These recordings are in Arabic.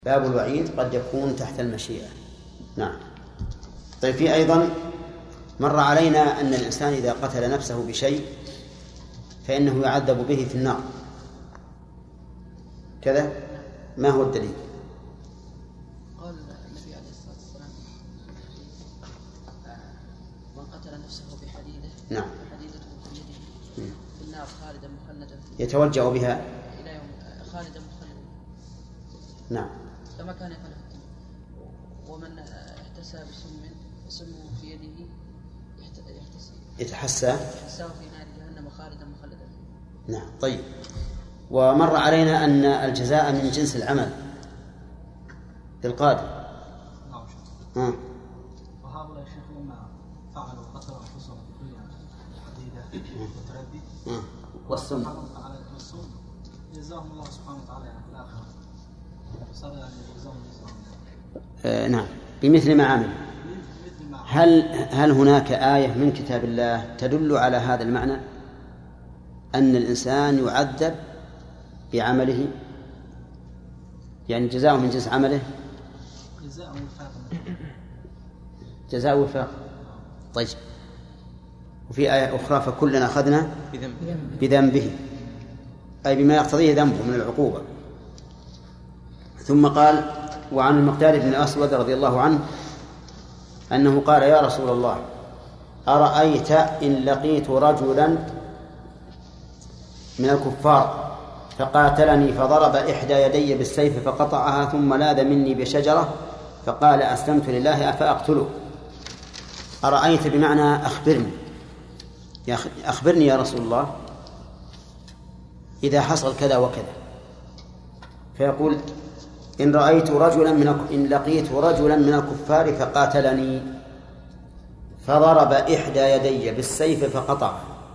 باب الوعيد قد يكون تحت المشيئة. نعم. طيب، في أيضا مر علينا أن الإنسان إذا قتل نفسه بشيء فإنه يعذب به في النار كذا. ما هو الدليل؟ قال النبي عليه الصلاة والسلام: من قتل نفسه بحديدة نعم فحديدته في يده في النار خالدا مخلدا يتوجع بها إلى يوم خالدا مخلدا. نعم. كما كان يفعل. ومن احتسى سمه في يده يتحسى في نار جهنم خالدا مخلدا. نعم. طيب، ومر علينا أن الجزاء من جنس العمل للقادر. نعم. وهؤلاء الشيخ لما فعلوا قتلوا أنفسهم بكل حديدة وتردي والسم على السم جزاهم الله سبحانه وتعالى في الآخرة. صار يعني جزاهم نعم بمثل ما عمل. هل هناك آية من كتاب الله تدل على هذا المعنى، أن الإنسان يعذب بعمله، يعني جزاء من جنس عمله؟ جزاء وفاق. طيب، وفي آية أخرى: فكلنا أخذنا بذنبه، أي بما يقتضيه ذنبه من العقوبة. ثم قال: وعن المقداد بن الأسود رضي الله عنه أنه قال: يا رسول الله، أرأيت إن لقيت رجلا من الكفار فقاتلني فضرب إحدى يدي بالسيف فقطعها ثم لاذ مني بشجرة فقال: أسلمت لله أفأقتله؟ أرأيت بمعنى أخبرني، أخبرني يا رسول الله إذا حصل كذا وكذا. فيقول: إن لقيت رجلا من الكفار فقاتلني فضرب إحدى يدي بالسيف فقطع،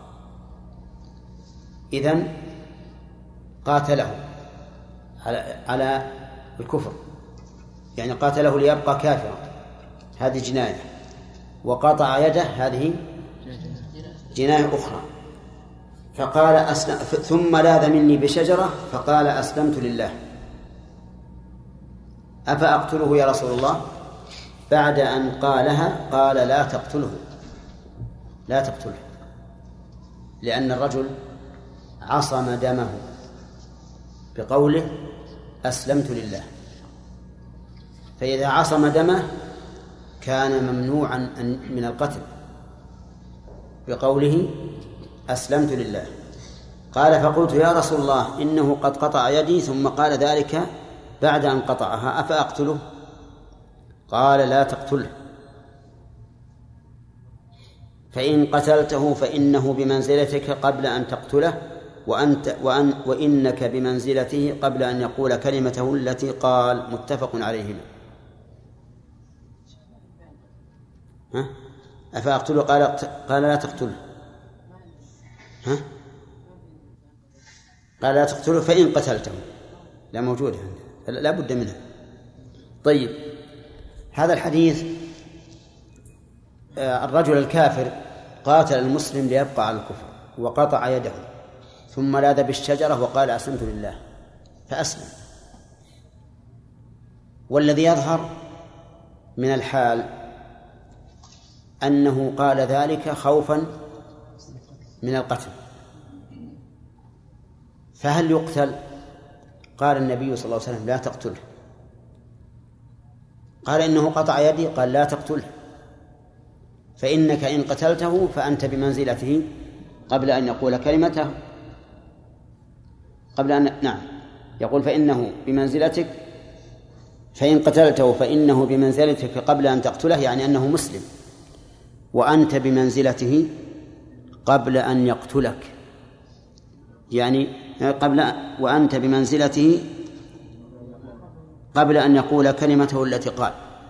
إذن قاتله على الكفر، يعني قاتله ليبقى كافرا، هذه جناية، وقطع يده هذه جناية أخرى. فقال ثم لاذ مني بشجرة فقال: أسلمت لله أفأقتله يا رسول الله؟ بعد أن قالها قال: لا تقتله، لا تقتله، لأن الرجل عصم دمه بقوله: أسلمت لله. فإذا عصم دمه كان ممنوعا من القتل بقوله: أسلمت لله. قال: فقلت يا رسول الله إنه قد قطع يدي ثم قال ذلك بعد أن قطعها، أفأقتله؟ قال: لا تقتله، فإن قتلته فإنه بمنزلتك قبل أن تقتله، وإنك بمنزلته قبل أن يقول كلمته التي قال. متفق عليهما. أفأقتله؟ قال: لا تقتله. قال: لا تقتله فإن قتلته، لا موجودة، لا بد منها. طيب، هذا الحديث: الرجل الكافر قاتل المسلم ليبقى على الكفر وقطع يده ثم لاذ بالشجرة وقال: أسلمت لله، فأسلم. والذي يظهر من الحال أنه قال ذلك خوفا من القتل. فهل يقتل؟ قال النبي صلى الله عليه وسلم: لا تقتله. قال: إنه قطع يدي. قال: لا تقتله، فإنك إن قتلته فأنت بمنزلته قبل أن يقول كلمته، يقول: فإنه بمنزلتك، فإن قتلته فإنه بمنزلتك قبل أن تقتله، يعني أنه مسلم، وأنت بمنزلته قبل أن يقتلك، يعني وأنت بمنزلته قبل أن يقول كلمته التي قال،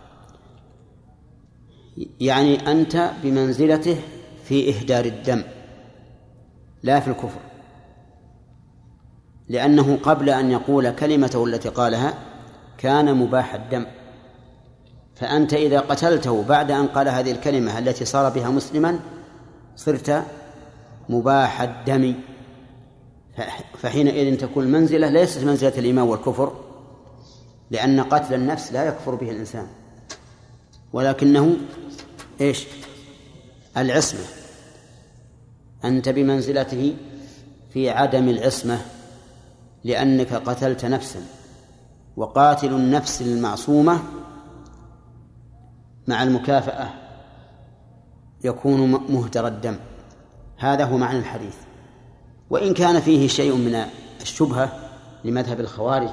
يعني أنت بمنزلته في إهدار الدم لا في الكفر، لأنه قبل أن يقول كلمته التي قالها كان مباح الدم. فأنت إذا قتلته بعد أن قال هذه الكلمة التي صار بها مسلما صرت مباح الدم، فحينئذ تكون المنزلة ليست منزلة الإيمان والكفر، لأن قتل النفس لا يكفر به الإنسان، ولكنه إيش؟ العصمة. أنت بمنزلته في عدم العصمة، لأنك قتلت نفسا، وقاتل النفس المعصومة مع المكافأة يكون مهدر الدم. هذا هو معنى الحديث، وإن كان فيه شيء من الشبهة لمذهب الخوارج،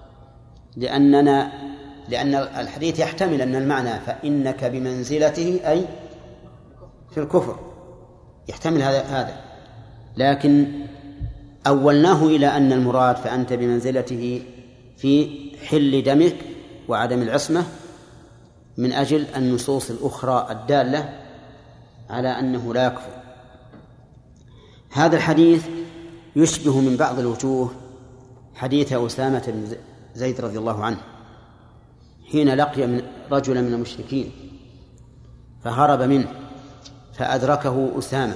لأن الحديث يحتمل أن المعنى فإنك بمنزلته أي في الكفر، يحتمل هذا، لكن أولناه إلى أن المراد فأنت بمنزلته في حل دمك وعدم العصمة، من أجل النصوص الأخرى الدالة على أنه لا يكفر. هذا الحديث يشبه من بعض الوجوه حديث أسامة بن زيد رضي الله عنه حين لقي رجلا من المشركين فهرب منه، فأدركه أسامة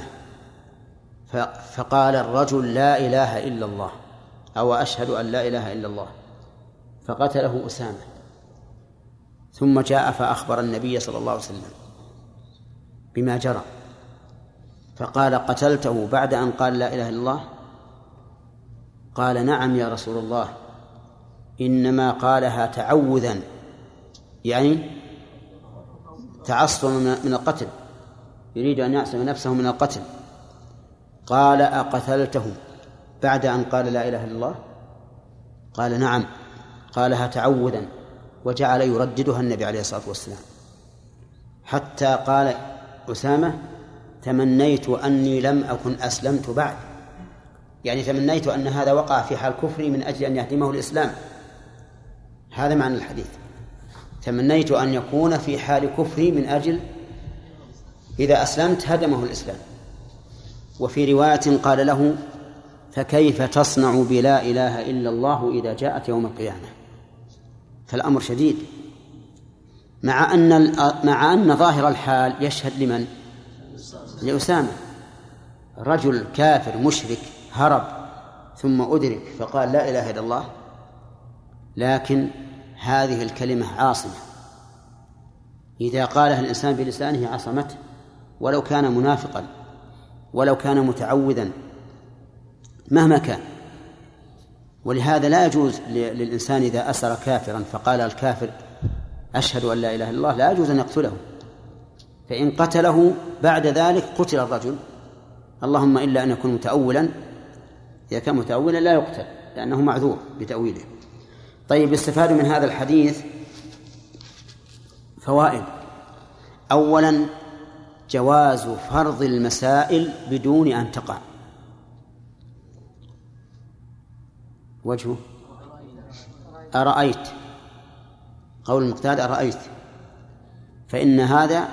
فقال الرجل لا إله إلا الله، أو أشهد أن لا إله إلا الله، فقتله أسامة. ثم جاء فأخبر النبي صلى الله عليه وسلم بما جرى، فقال قتلته بعد أن قال لا إله إلا الله؟ قال نعم يا رسول الله، إنما قالها تعوذا، يعني تعصما من القتل، يريد أن يعصم نفسه من القتل. قال أقتلته بعد أن قال لا إله إلا الله؟ قال نعم، قالها تعوذا، وجعل يرددها النبي عليه الصلاة والسلام، حتى قال أسامة تمنيت أني لم أكن أسلمت بعد، يعني تمنيت أن هذا وقع في حال كفري من أجل أن يهدمه الإسلام. هذا معنى الحديث، تمنيت أن يكون في حال كفري من أجل إذا أسلمت هدمه الإسلام. وفي رواية قال له فكيف تصنع بلا إله إلا الله إذا جاءت يوم القيامة؟ فالأمر شديد، مع أن ظاهر الحال يشهد لمن؟ لأسامة، رجل كافر مشرك هرب ثم أدرك فقال لا إله إلا الله، لكن هذه الكلمة عاصمة، إذا قالها الإنسان بلسانه عصمته، ولو كان منافقا ولو كان متعوذا مهما كان. ولهذا لا يجوز للإنسان إذا أسر كافرا فقال الكافر أشهد أن لا إله إلا الله لا يجوز أن يقتله، فإن قتله بعد ذلك قتل الرجل، اللهم إلا أن يكون متأولا، إذا كان متأولا لا يقتل لأنه معذور بتأويله. طيب، استفاد من هذا الحديث فوائد. أولا جواز فرض المسائل بدون أن تقع. وجهه أرأيت، قول المقتاد أرأيت، فإن هذا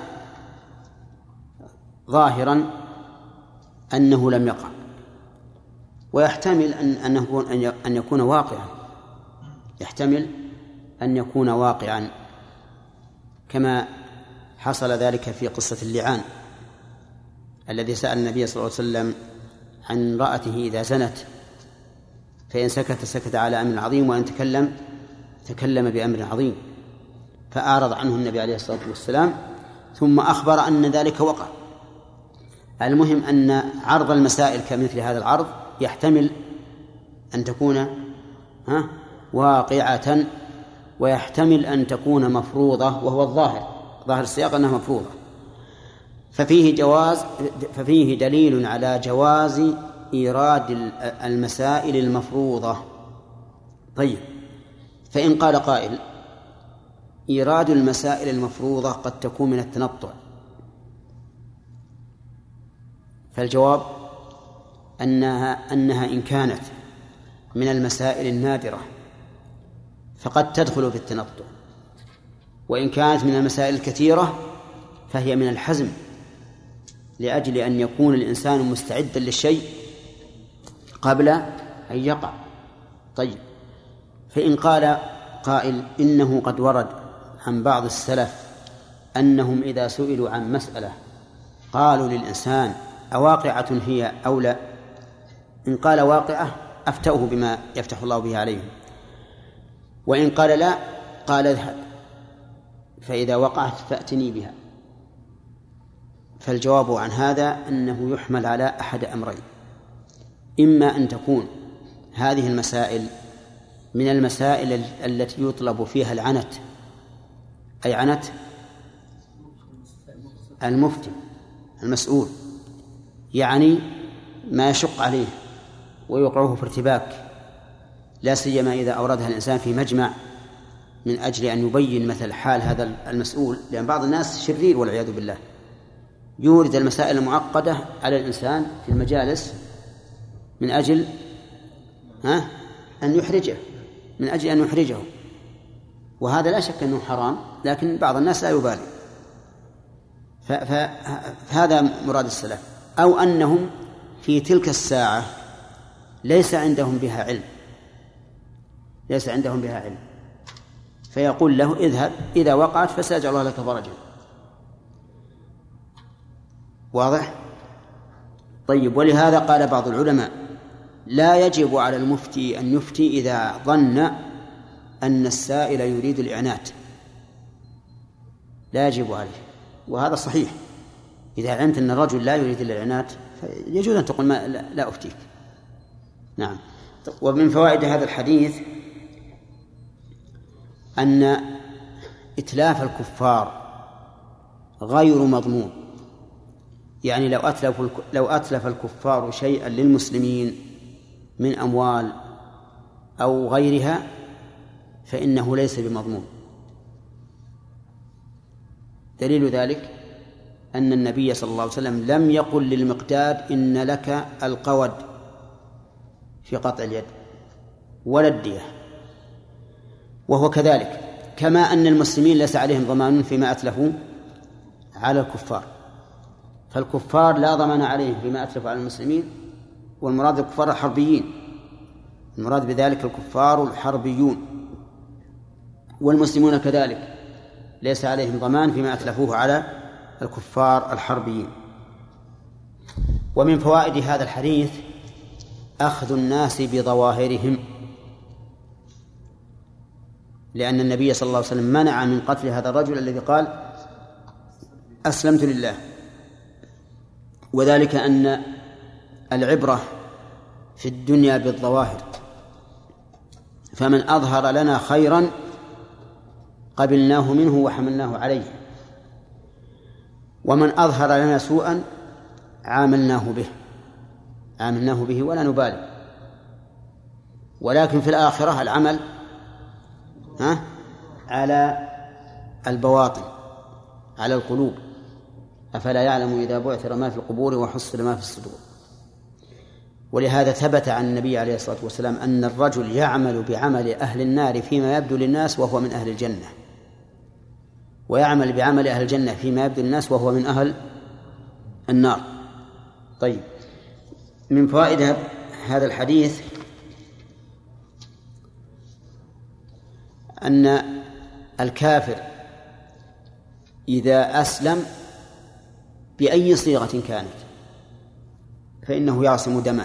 ظاهرا أنه لم يقع، ويحتمل أن يكون واقعا، يحتمل أن يكون واقعا، كما حصل ذلك في قصة اللعان الذي سأل النبي صلى الله عليه وسلم عن امرأته إذا زنت، فإن سكت سكت على أمر عظيم، وإن تكلم بأمر عظيم، فأعرض عنه النبي عليه الصلاة والسلام، ثم أخبر أن ذلك وقع. المهم أن عرض المسائل كمثل هذا العرض يحتمل أن تكون واقعة، ويحتمل أن تكون مفروضة، وهو ظاهر السياق أنها مفروضة، ففيه دليل على جواز إيراد المسائل المفروضة. طيب، فإن قال قائل إيراد المسائل المفروضة قد تكون من التنطع، فالجواب أنها إن كانت من المسائل النادرة فقد تدخل في التنطع، وإن كانت من المسائل الكثيرة فهي من الحزم، لأجل أن يكون الإنسان مستعدا للشيء قبل أن يقع. طيب، فإن قال قائل إنه قد ورد عن بعض السلف أنهم إذا سئلوا عن مسألة قالوا للإنسان أواقعة هي أو لا؟ إن قال واقعة أفتوه بما يفتح الله به عليهم، وإن قال لا قال اذهب فإذا وقعت فأتني بها. فالجواب عن هذا أنه يحمل على أحد أمرين: إما أن تكون هذه المسائل من المسائل التي يطلب فيها العنت، أي عنت المفتي المسؤول، يعني ما يشق عليه ويوقعه في ارتباك، لا سيما إذا أوردها الإنسان في مجمع من أجل أن يبين مثل حال هذا المسؤول، لأن بعض الناس شرير والعياذ بالله يورد المسائل المعقدة على الإنسان في المجالس من أجل أن يحرجه، من أجل أن يحرجه، وهذا لا شك أنه حرام، لكن بعض الناس لا يبالي. فهذا مراد السلف، أو أنهم في تلك الساعة ليس عندهم بها علم، ليس عندهم بها علم، فيقول له اذهب إذا وقعت فسيجعل الله لك فرجا. واضح؟ طيب. ولهذا قال بعض العلماء: لا يجب على المفتي أن يفتي إذا ظن أن السائل يريد الإعنات، لا يجب عليه، وهذا صحيح. إذا علمت أن الرجل لا يريد الإعنات يجوز أن تقول لا أفتيك. نعم. ومن فوائد هذا الحديث أن إتلاف الكفار غير مضمون، يعني لو أتلف الكفار شيئا للمسلمين من أموال أو غيرها فإنه ليس بمضمون. دليل ذلك أن النبي صلى الله عليه وسلم لم يقل للمقداد إن لك القود في قطع اليد ولا الدية، وهو كذلك، كما أن المسلمين ليس عليهم ضمان فيما أتلفوا على الكفار، فالكفار لا ضمان عليهم فيما أتلفوا على المسلمين، والمراد الكفار الحربيين، المراد بذلك الكفار الحربيون، والمسلمون كذلك ليس عليهم ضمان فيما أتلفوه على الكفار الحربيين. ومن فوائد هذا الحديث أخذ الناس بظواهرهم، لأن النبي صلى الله عليه وسلم منع من قتل هذا الرجل الذي قال أسلمت لله، وذلك أن العبرة في الدنيا بالظواهر، فمن أظهر لنا خيرا قبلناه منه وحملناه عليه، ومن أظهر لنا سوءا عاملناه به ولا نبالي. ولكن في الآخرة العمل على البواطن، على القلوب. أفلا يعلم إذا بعثر ما في القبور وحصل ما في الصدور. ولهذا ثبت عن النبي عليه الصلاة والسلام أن الرجل يعمل بعمل أهل النار فيما يبدو للناس وهو من أهل الجنة، ويعمل بعمل أهل الجنة فيما يبدو للناس وهو من أهل النار. طيب. من فوائد هذا الحديث أن الكافر إذا أسلم بأي صيغة كانت فإنه يعصم دمه،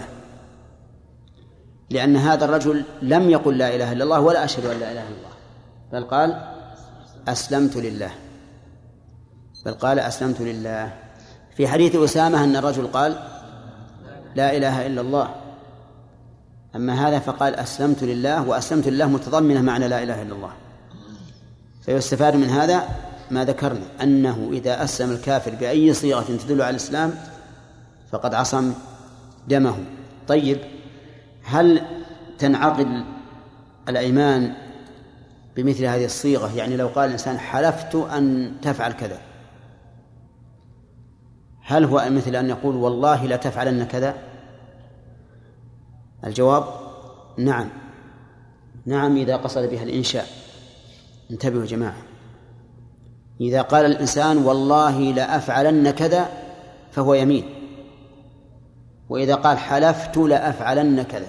لأن هذا الرجل لم يقل لا إله إلا الله ولا أشهد أن لا إله إلا الله، بل قال أسلمت لله. في حديث أسامة أن الرجل قال لا إله إلا الله، أما هذا فقال أسلمت لله، وأسلمت لله متضمنة معنى لا إله إلا الله. فيستفاد من هذا ما ذكرنا، أنه إذا أسلم الكافر بأي صيغة تدل على الإسلام فقد عصم دمه. طيب، هل تنعقد الأيمان بمثل هذه الصيغة؟ يعني لو قال الإنسان حلفت أن تفعل كذا، هل هو مثل أن يقول والله لا تفعلن كذا؟ الجواب نعم إذا قصد بها الإنشاء. انتبهوا يا جماعة، إذا قال الإنسان والله لا أفعلن كذا فهو يمين، وإذا قال حلفت لا أفعلن كذا،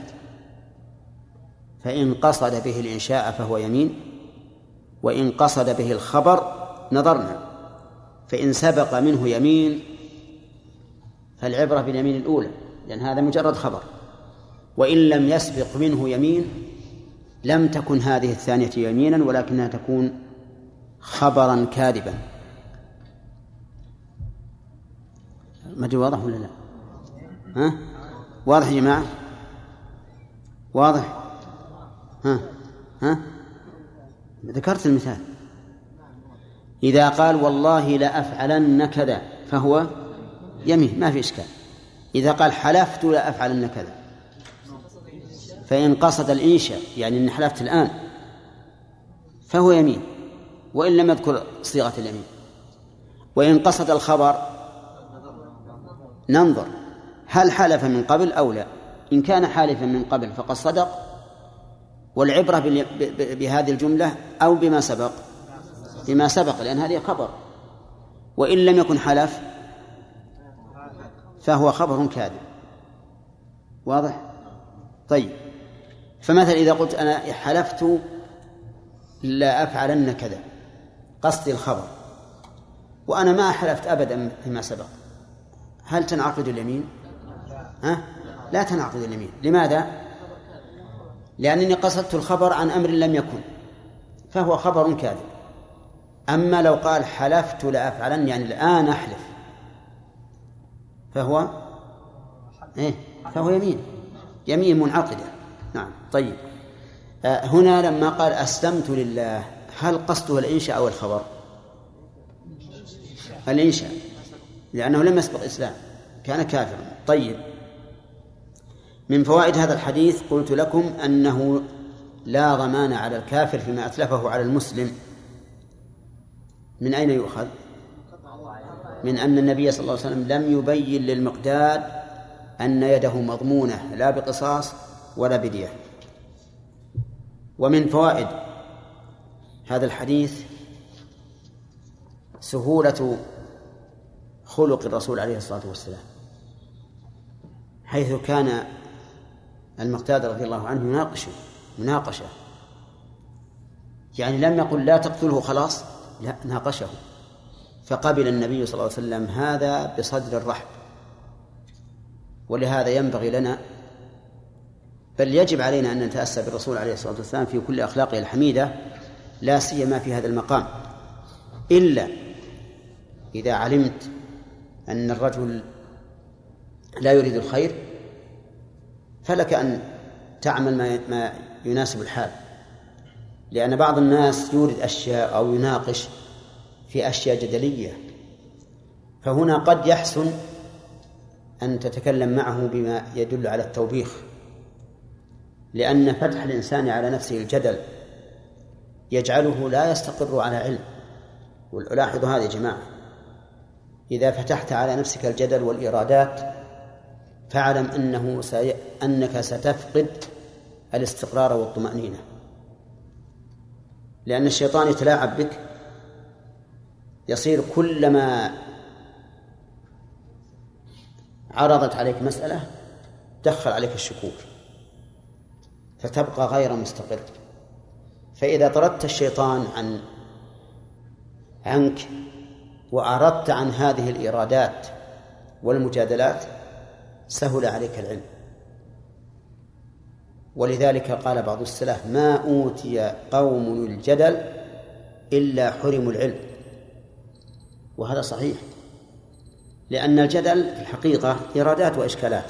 فإن قصد به الإنشاء فهو يمين، وإن قصد به الخبر نظرنا، فإن سبق منه يمين فالعبرة باليمين الأولى، لأن هذا مجرد خبر، وإن لم يسبق منه يمين لم تكن هذه الثانية يمينا ولكنها تكون خبرا كاذبا. ما دي واضح ولا لا؟ ها؟ واضح يا جماعة؟ واضح؟ ها؟ ذكرت المثال. إذا قال والله لأفعلن كذا فهو يمين، ما في إشكال. إذا قال حلفت لأفعلن كذا، فإن قصد الإنشاء يعني إن حلفت الآن فهو يمين وإن لم يذكر صيغة اليمين. وإن قصد الخبر ننظر هل حلف من قبل أو لا. إن كان حالفا من قبل فقد صدق، والعبرة بهذه الجملة أو بما سبق، بما سبق لأن هذه خبر. وإن لم يكن حلف فهو خبر كاذب. واضح؟ طيب، فمثلا إذا قلت أنا حلفت لا أفعلن كذا، قصدي الخبر، وأنا ما حلفت أبدا فيما سبق، هل تنعقد اليمين؟ لا تنعقد اليمين. لماذا؟ لأنني قصدت الخبر عن أمر لم يكن، فهو خبر كاذب. أما لو قال حلفت لا أفعلن يعني الآن أحلف، فهو يمين منعقدة. نعم. طيب، هنا لما قال أسلمت لله، هل قصده الإنشاء أو الخبر؟ الإنشاء، لأنه لم يسبق إسلام، كان كافرا. طيب، من فوائد هذا الحديث قلت لكم أنه لا ضمان على الكافر فيما أتلفه على المسلم. من أين يؤخذ؟ من أن النبي صلى الله عليه وسلم لم يبين للمقداد أن يده مضمونة لا بقصاص ولا بدية. ومن فوائد هذا الحديث سهولة خلق الرسول عليه الصلاة والسلام، حيث كان المقداد رضي الله عنه يناقشه مناقشة، يعني لم يقل لا تقتله خلاص، لا، ناقشه، فقبل النبي صلى الله عليه وسلم هذا بصدر الرحب. ولهذا ينبغي لنا، بل يجب علينا أن نتأسى بالرسول عليه الصلاة والسلام في كل أخلاقه الحميدة، لا سيما في هذا المقام، إلا إذا علمت أن الرجل لا يريد الخير فلك أن تعمل ما يناسب الحال. لأن بعض الناس يورد أشياء أو يناقش في أشياء جدلية، فهنا قد يحسن أن تتكلم معه بما يدل على التوبيخ، لأن فتح الإنسان على نفسه الجدل يجعله لا يستقر على علم. ولاحظوا هذا يا جماعة، إذا فتحت على نفسك الجدل والإرادات فاعلم أنك ستفقد الاستقرار والطمأنينة، لأن الشيطان يتلاعب بك، يصير كلما عرضت عليك مسألة دخل عليك الشكوك فتبقى غير مستقر. فإذا طردت الشيطان عنك وأردت عن هذه الإرادات والمجادلات سهل عليك العلم. ولذلك قال بعض السلف ما أوتي قوم الجدل إلا حرموا العلم، وهذا صحيح، لأن الجدل في الحقيقة إرادات وإشكالات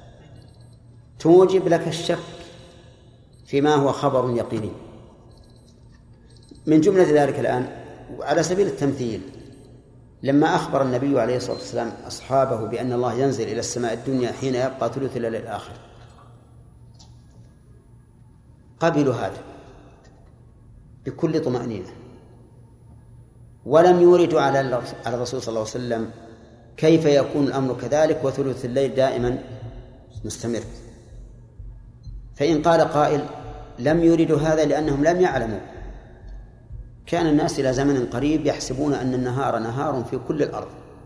توجب لك الشك فيما هو خبر يقيني. من جملة ذلك الآن على سبيل التمثيل، لما أخبر النبي عليه الصلاة والسلام أصحابه بأن الله ينزل إلى السماء الدنيا حين يبقى ثلث الليل الآخر، قبلوا هذا بكل طمأنينة، ولم يوردوا على الرسول صلى الله عليه وسلم كيف يكون الأمر كذلك وثلث الليل دائما مستمر. فإن قال قائل لم يوردوا هذا لأنهم لم يعلموا، كان الناس إلى زمن قريب يحسبون أن النهار نهار في كل الأرض،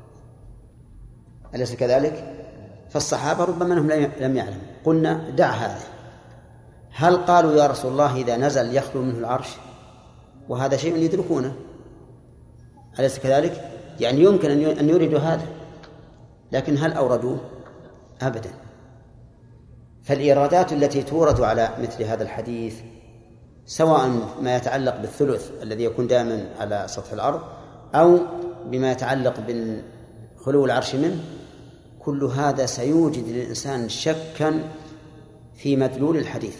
أليس كذلك؟ فالصحابة ربما أنهم لم يعلموا. قلنا دع هذا، هل قالوا يا رسول الله إذا نزل يخلو منه العرش؟ وهذا شيء يدركونه، أليس كذلك؟ يعني يمكن أن يوردوا هذا، لكن هل أوردوه؟ أبدا. فالإيرادات التي تورد على مثل هذا الحديث سواء ما يتعلق بالثلث الذي يكون دائما على سطح الأرض أو بما يتعلق بخلو العرش منه، كل هذا سيوجد للإنسان شكا في مدلول الحديث.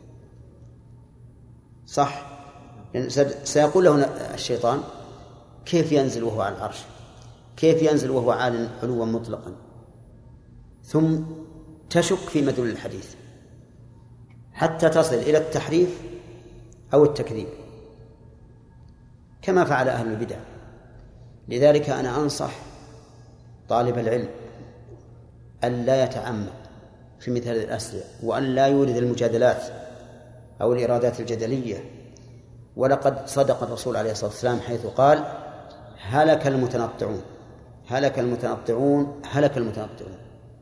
صح؟ يعني سيقول له الشيطان: كيف ينزل وهو على العرش؟ كيف ينزل وهو عال علوا مطلقا؟ ثم تشك في مدلول الحديث حتى تصل إلى التحريف أو التكذيب كما فعل أهل البدع. لذلك أنا أنصح طالب العلم أن لا يتعمد في مثل هذه الأسئلة، وأن لا يورد المجادلات أو الإرادات الجدلية. ولقد صدق الرسول عليه الصلاة والسلام حيث قال: هلك المتنطعون، هلك المتنطعون، هلك المتنطعون،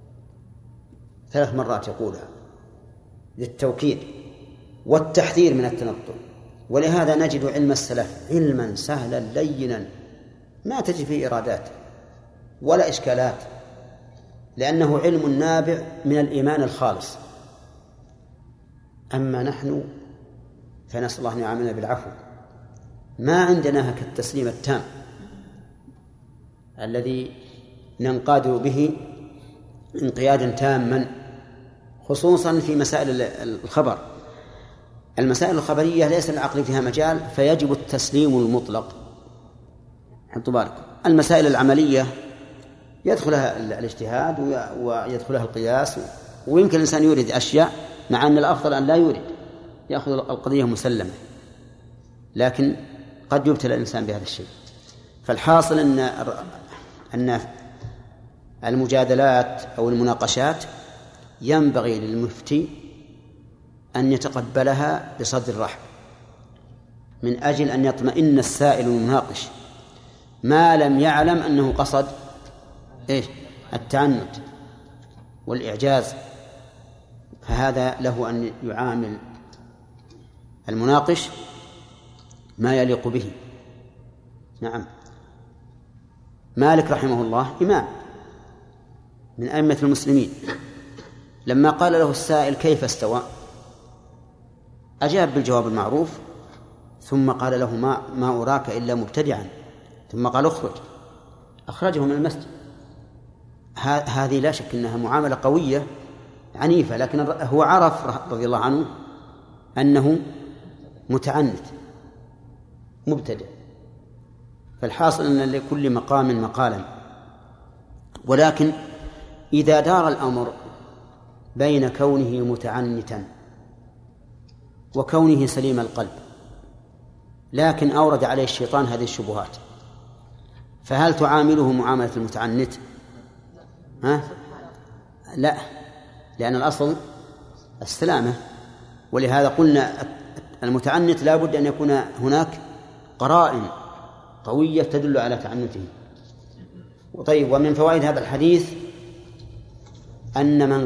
3 مرات يقولها للتوكيد والتحذير من التنطع. ولهذا نجد علم السلف علما سهلا لينا ما تجد فيه إرادات ولا إشكالات، لأنه علم نابع من الإيمان الخالص. أما نحن فنسأل الله أن يعاملنا بالعفو، ما عندنا كالتسليم التام الذي ننقاد به انقيادا تاما، خصوصا في مسائل الخبر. المسائل الخبرية ليس العقل فيها مجال، فيجب التسليم المطلق. حطوا بالكم، المسائل العملية يدخلها الاجتهاد ويدخلها القياس، ويمكن الإنسان يورد أشياء مع أن الأفضل أن لا يورد، يأخذ القضية مسلمة، لكن قد يبتلى الإنسان بهذا الشيء. فالحاصل أن المجادلات أو المناقشات ينبغي للمفتي أن يتقبلها بصدر رحب، من أجل أن يطمئن السائل المناقش، ما لم يعلم أنه قصد التعنت والإعجاز، فهذا له أن يعامل المناقش ما يليق به. نعم، مالك رحمه الله إمام من أئمة المسلمين، لما قال له السائل: كيف استوى؟ أجاب بالجواب المعروف، ثم قال له: ما أراك إلا مبتدعا، ثم قال: اخرج. أخرجه من المسجد. هذه لا شك أنها معاملة قوية عنيفة، لكن هو عرف رضي الله عنه أنه متعنت مبتدع. فالحاصل أن لكل مقام مقالا، ولكن إذا دار الأمر بين كونه متعنتا وكونه سليم القلب، لكن أورد عليه الشيطان هذه الشبهات، فهل تعامله معاملة المتعنت؟ لا، لأن الأصل السلامة. ولهذا قلنا المتعنت لا بد أن يكون هناك قرائن قوية تدل على تعنته. طيب، ومن فوائد هذا الحديث أن من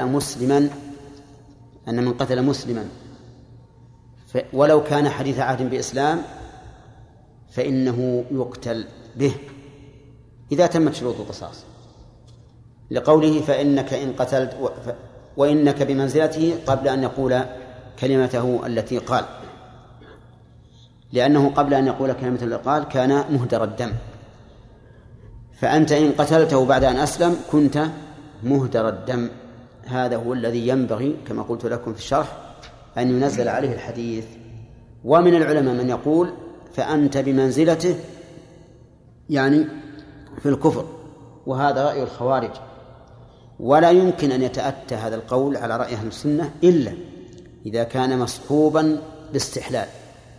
قتل مسلما ولو كان حديث عهد بإسلام فإنه يقتل به إذا تمت شروط القصاص، لقوله: فإنك إن قتلت وإنك بمنزلته قبل أن يقول كلمته التي قال، لأنه قبل أن يقول كلمته التي قال كان مهدر الدم، فأنت إن قتلته بعد أن أسلم كنت مهدر الدم. هذا هو الذي ينبغي كما قلت لكم في الشرح أن ينزل عليه الحديث. ومن العلماء من يقول: فأنت بمنزلته، يعني في الكفر، وهذا رأي الخوارج. ولا يمكن أن يتأتى هذا القول على رأي أهل السنة إلا إذا كان مصحوبا باستحلال.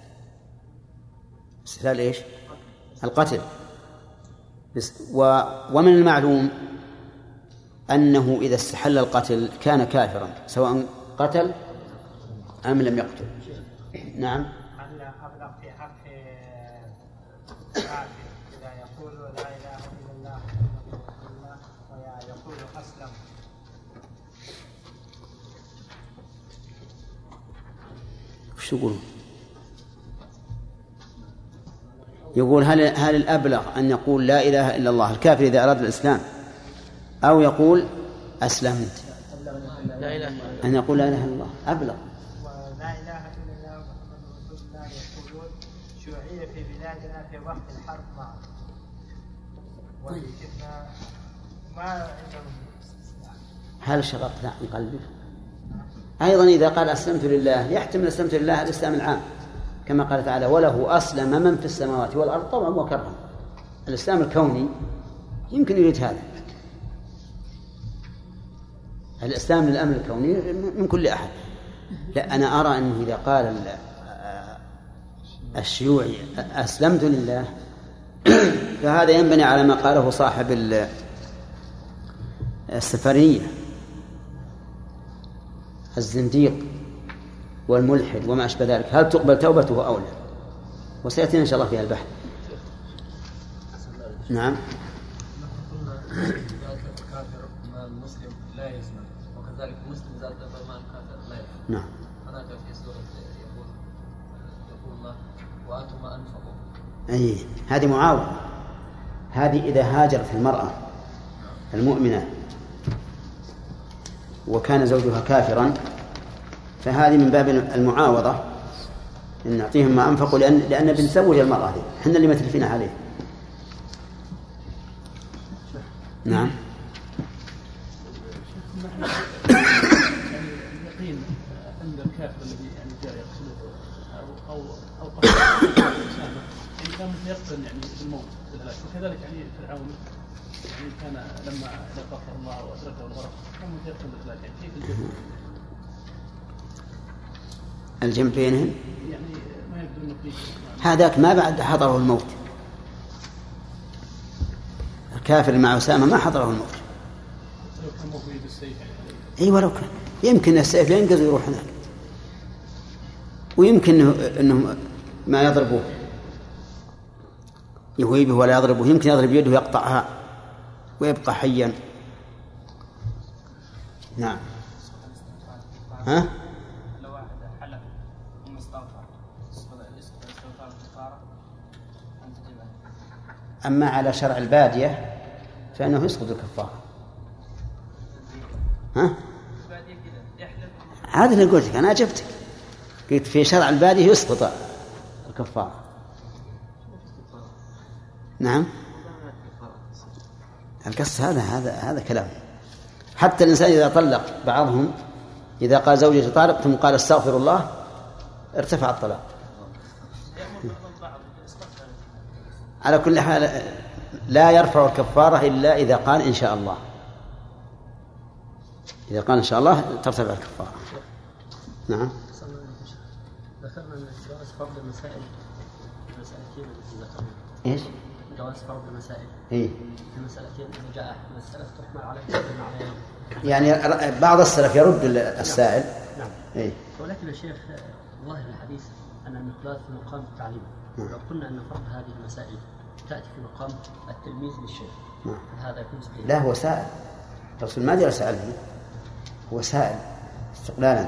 استحلال إيش؟ القتل. ومن المعلوم أنه إذا استحل القتل كان كافرا سواء قتل أم لم يقتل. نعم. أبلغ في حق الكافر إذا يقول لا إله إلا الله ويقول أسلم. وش يقولون؟ يقول هل الأبلغ أن يقول لا إله إلا الله الكافر إذا أراد الإسلام، أو يقول أسلمت؟ لا إله أن يقول لا إله إلا الله أبلغ. لا إله إلا الله محمد جئنا في وقت الحرب معه وجئنا ما عندهم. هل شغفت عن قلبك؟ أيضا إذا قال أسلمت لله يحتمل أسلمت لله الإسلام العام، كما قال تعالى وله أسلم من في السماوات والأرض طوعا وكرها. الإسلام الكوني يمكن يريد هذا، الإسلام للأمر الكوني من كل أحد. لا، أنا أرى أنه إذا قال الشيوعي أسلمت لله فهذا ينبني على ما قاله صاحب السفرية الزنديق والملحد وما أشبه ذلك، هل تقبل توبته أو لا؟ وسيأتينا إن شاء الله فيها البحث. نعم. الكافر مع المسلم لا يزنى، وكذلك المسلم إذا كفر مع الكافر لا يزنى. نعم. هناك في سورة يقول الله وآتوا ما أنفقوا. أي هذه معاوضة، هذه إذا هاجرت المرأة المؤمنة وكان زوجها كافرا فهذه من باب المعاوضة، إن نعطيهم ما أنفقوا لأن بنزوج المرأة دي حنا اللي متلفين عليه. نعم. اليقين عند الكافر الذي يعني جاء يقتله أو قتل يعني كان متيقن يعني بالموت بالهلاك، وكذلك يعني فرعون يعني كان لما غفر الله وأدركه الغرق كان متيقن بالهلاك. يعني كيف الجمع بينهم يعني ما يبدو انه فيه هذاك ما بعد حضره الموت. الكافر مع أسامة ما حضره الموت. لو كان موجود بالسيف يعني. اي ولو كان يمكن السيف ينقذ ويروح هناك، ويمكن انه ما يضربه يهيبه ولا يضربه، يمكن يضرب يده يقطعها ويبقى حيا. نعم. ها؟ لو واحد حلف ثم استغفر استغفار الكفارة أن تجبها. أما على شرع البادية فإنه يسقط الكفارة. ها؟ هذا اللي قلت لك، أنا أجبتك قلت في شرع البادية يسقط الكفارة. نعم. القص هذا كلام. حتى الإنسان إذا طلق بعضهم إذا قال زوجتي طالق ثم قال استغفر الله ارتفع الطلاق. على كل حال لا يرفع الكفارة إلا إذا قال إن شاء الله. إذا قال إن شاء الله ترتفع الكفارة. نعم. ذكرنا أن جواز فرض المسائل مسألتين ذكرنا. إيش؟ جواز فرض المسائل. إيه. في مسألتين إذا جاء مسألة تحمل على المعنيين. يعني بعض السلف يرد السائل. نعم. إيه. ولكن الشيخ ظاهر الحديث أن المقدار في مقام التعليم. لو قلنا أن فرض هذه المسائل تأتي في مقام التلميذ للشيخ. هذا يكون صحيح. لا، هو سائل. الرسول ما جاء سأله، هو سائل استقلالا.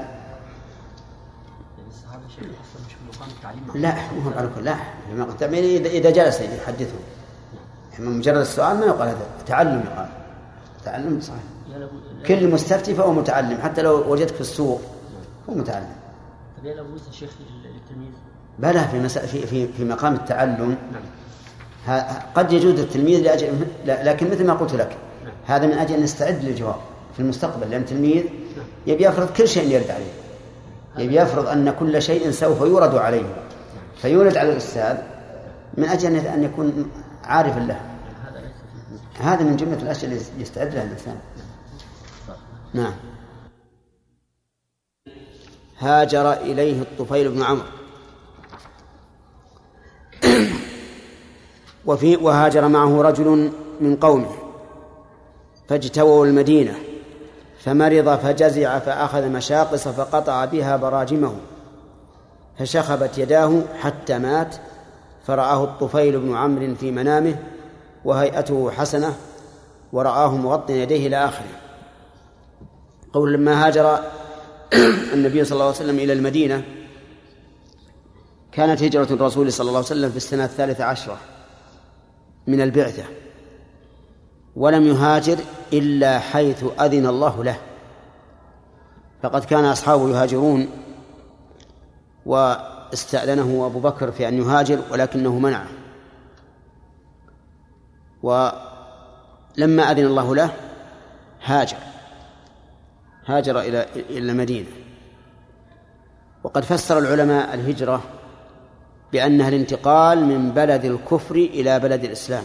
هذا شيء أصلا مش في مقام التعليم. لا، مو على كل. لا، إذا جلس يحدثه من مجرد السؤال ما يقال هذا تعلم، يقال تعلم صحيح. كل مستفتي فهو متعلم، حتى لو وجدك في السوق هو متعلم. طيب لو وجد الشيخ للتلميذ بلى في مقام التعلم. قد يجوز التلميذ لأجل، لكن مثل ما قلت لك هذا من أجل أن نستعد للجواب في المستقبل، لأن التلميذ يبي يفرض كل شيء يرد عليه، يبي يفرض أن كل شيء سوف يورد عليه فيورد على الأستاذ من أجل أن يكون عارفا له. هذا من جملة الأشياء اللي يستعد لها الإنسان. نعم. هاجر إليه الطفيل بن عمرو. وهاجر معه رجل من قومه فاجتووا المدينة فمرض فجزع فأخذ مشاقص فقطع بها براجمه فشخبت يداه حتى مات، فرآه الطفيل بن عمرو في منامه وهيئته حسنة ورآه مغطيا يديه إلى آخره. قول لما هاجر النبي صلى الله عليه وسلم إلى المدينة كانت هجرة الرسول صلى الله عليه وسلم في السنة 13 من البعثة، ولم يهاجر إلا حيث أذن الله له، فقد كان أصحابه يهاجرون واستأذنه أبو بكر في أن يهاجر ولكنه منعه ولما أذن الله له هاجر إلى المدينة. وقد فسر العلماء الهجرة بأنها الانتقال من بلد الكفر إلى بلد الإسلام،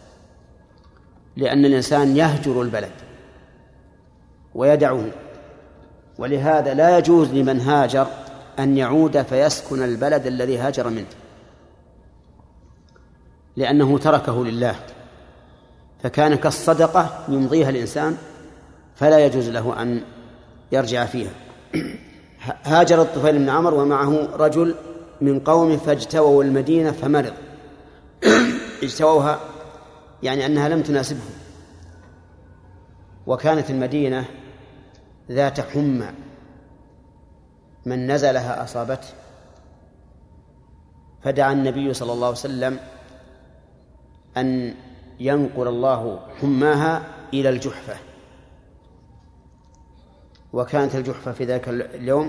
لأن الإنسان يهجر البلد ويدعه، ولهذا لا يجوز لمن هاجر أن يعود فيسكن البلد الذي هاجر منه، لأنه تركه لله، فكان كالصدقة يمضيها الإنسان فلا يجوز له أن يرجع فيها. هاجر الطفيل بن عمرو ومعه رجل من قومه فاجتووا المدينة فمرض. اجتووها يعني أنها لم تناسبهم، وكانت المدينة ذات حمى من نزلها أصابته، فدعا النبي صلى الله عليه وسلم أن ينقل الله حماها إلى الجحفة. وكانت الجحفة في ذاك اليوم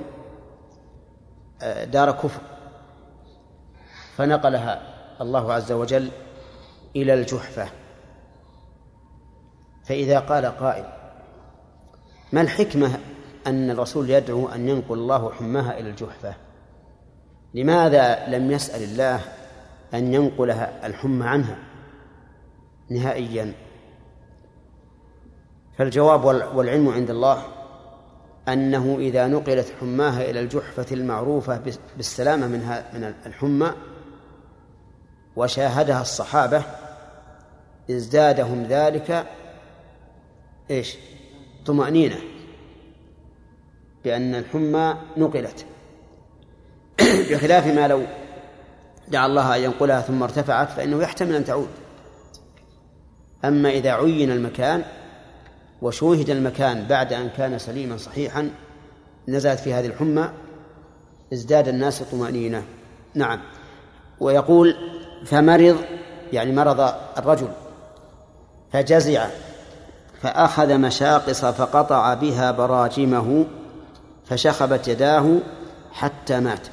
دار كفر، فنقلها الله عز وجل إلى الجحفة. فإذا قال قائل ما الحكمة أن الرسول يدعو أن ينقل الله حماها إلى الجحفة؟ لماذا لم يسأل الله أن ينقلها الحمى عنها نهائيا؟ فالجواب والعلم عند الله أنه إذا نقلت حماها إلى الجحفة المعروفة بالسلامة من الحمى وشاهدها الصحابة ازدادهم ذلك طمأنينة بأن الحمى نقلت، بخلاف ما لو دعا الله أن ينقلها ثم ارتفعت فإنه يحتمل أن تعود. أما إذا عين المكان وشوهد المكان بعد أن كان سليما صحيحا نزلت في هذه الحمى ازداد الناس طمأنينة. نعم. ويقول فمرض يعني مرض الرجل، فجزع فأخذ مشاقص فقطع بها براجمه فشخبت يداه حتى مات.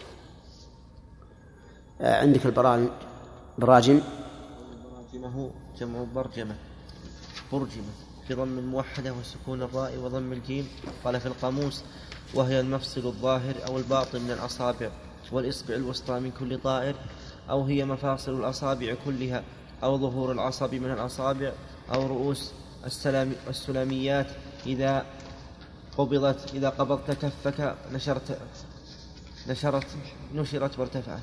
عندك البراجم براجمه جمع برجمة بضم الموحدة وسكون الراء وضم الجيم. قال في القاموس وهي المفصل الظاهر أو الباطن من الأصابع والإصبع الوسطى من كل طائر، أو هي مفاصل الأصابع كلها، أو ظهور العصب من الأصابع، أو رؤوس السلاميات إذا قبضت كفك نشرت وارتفعت.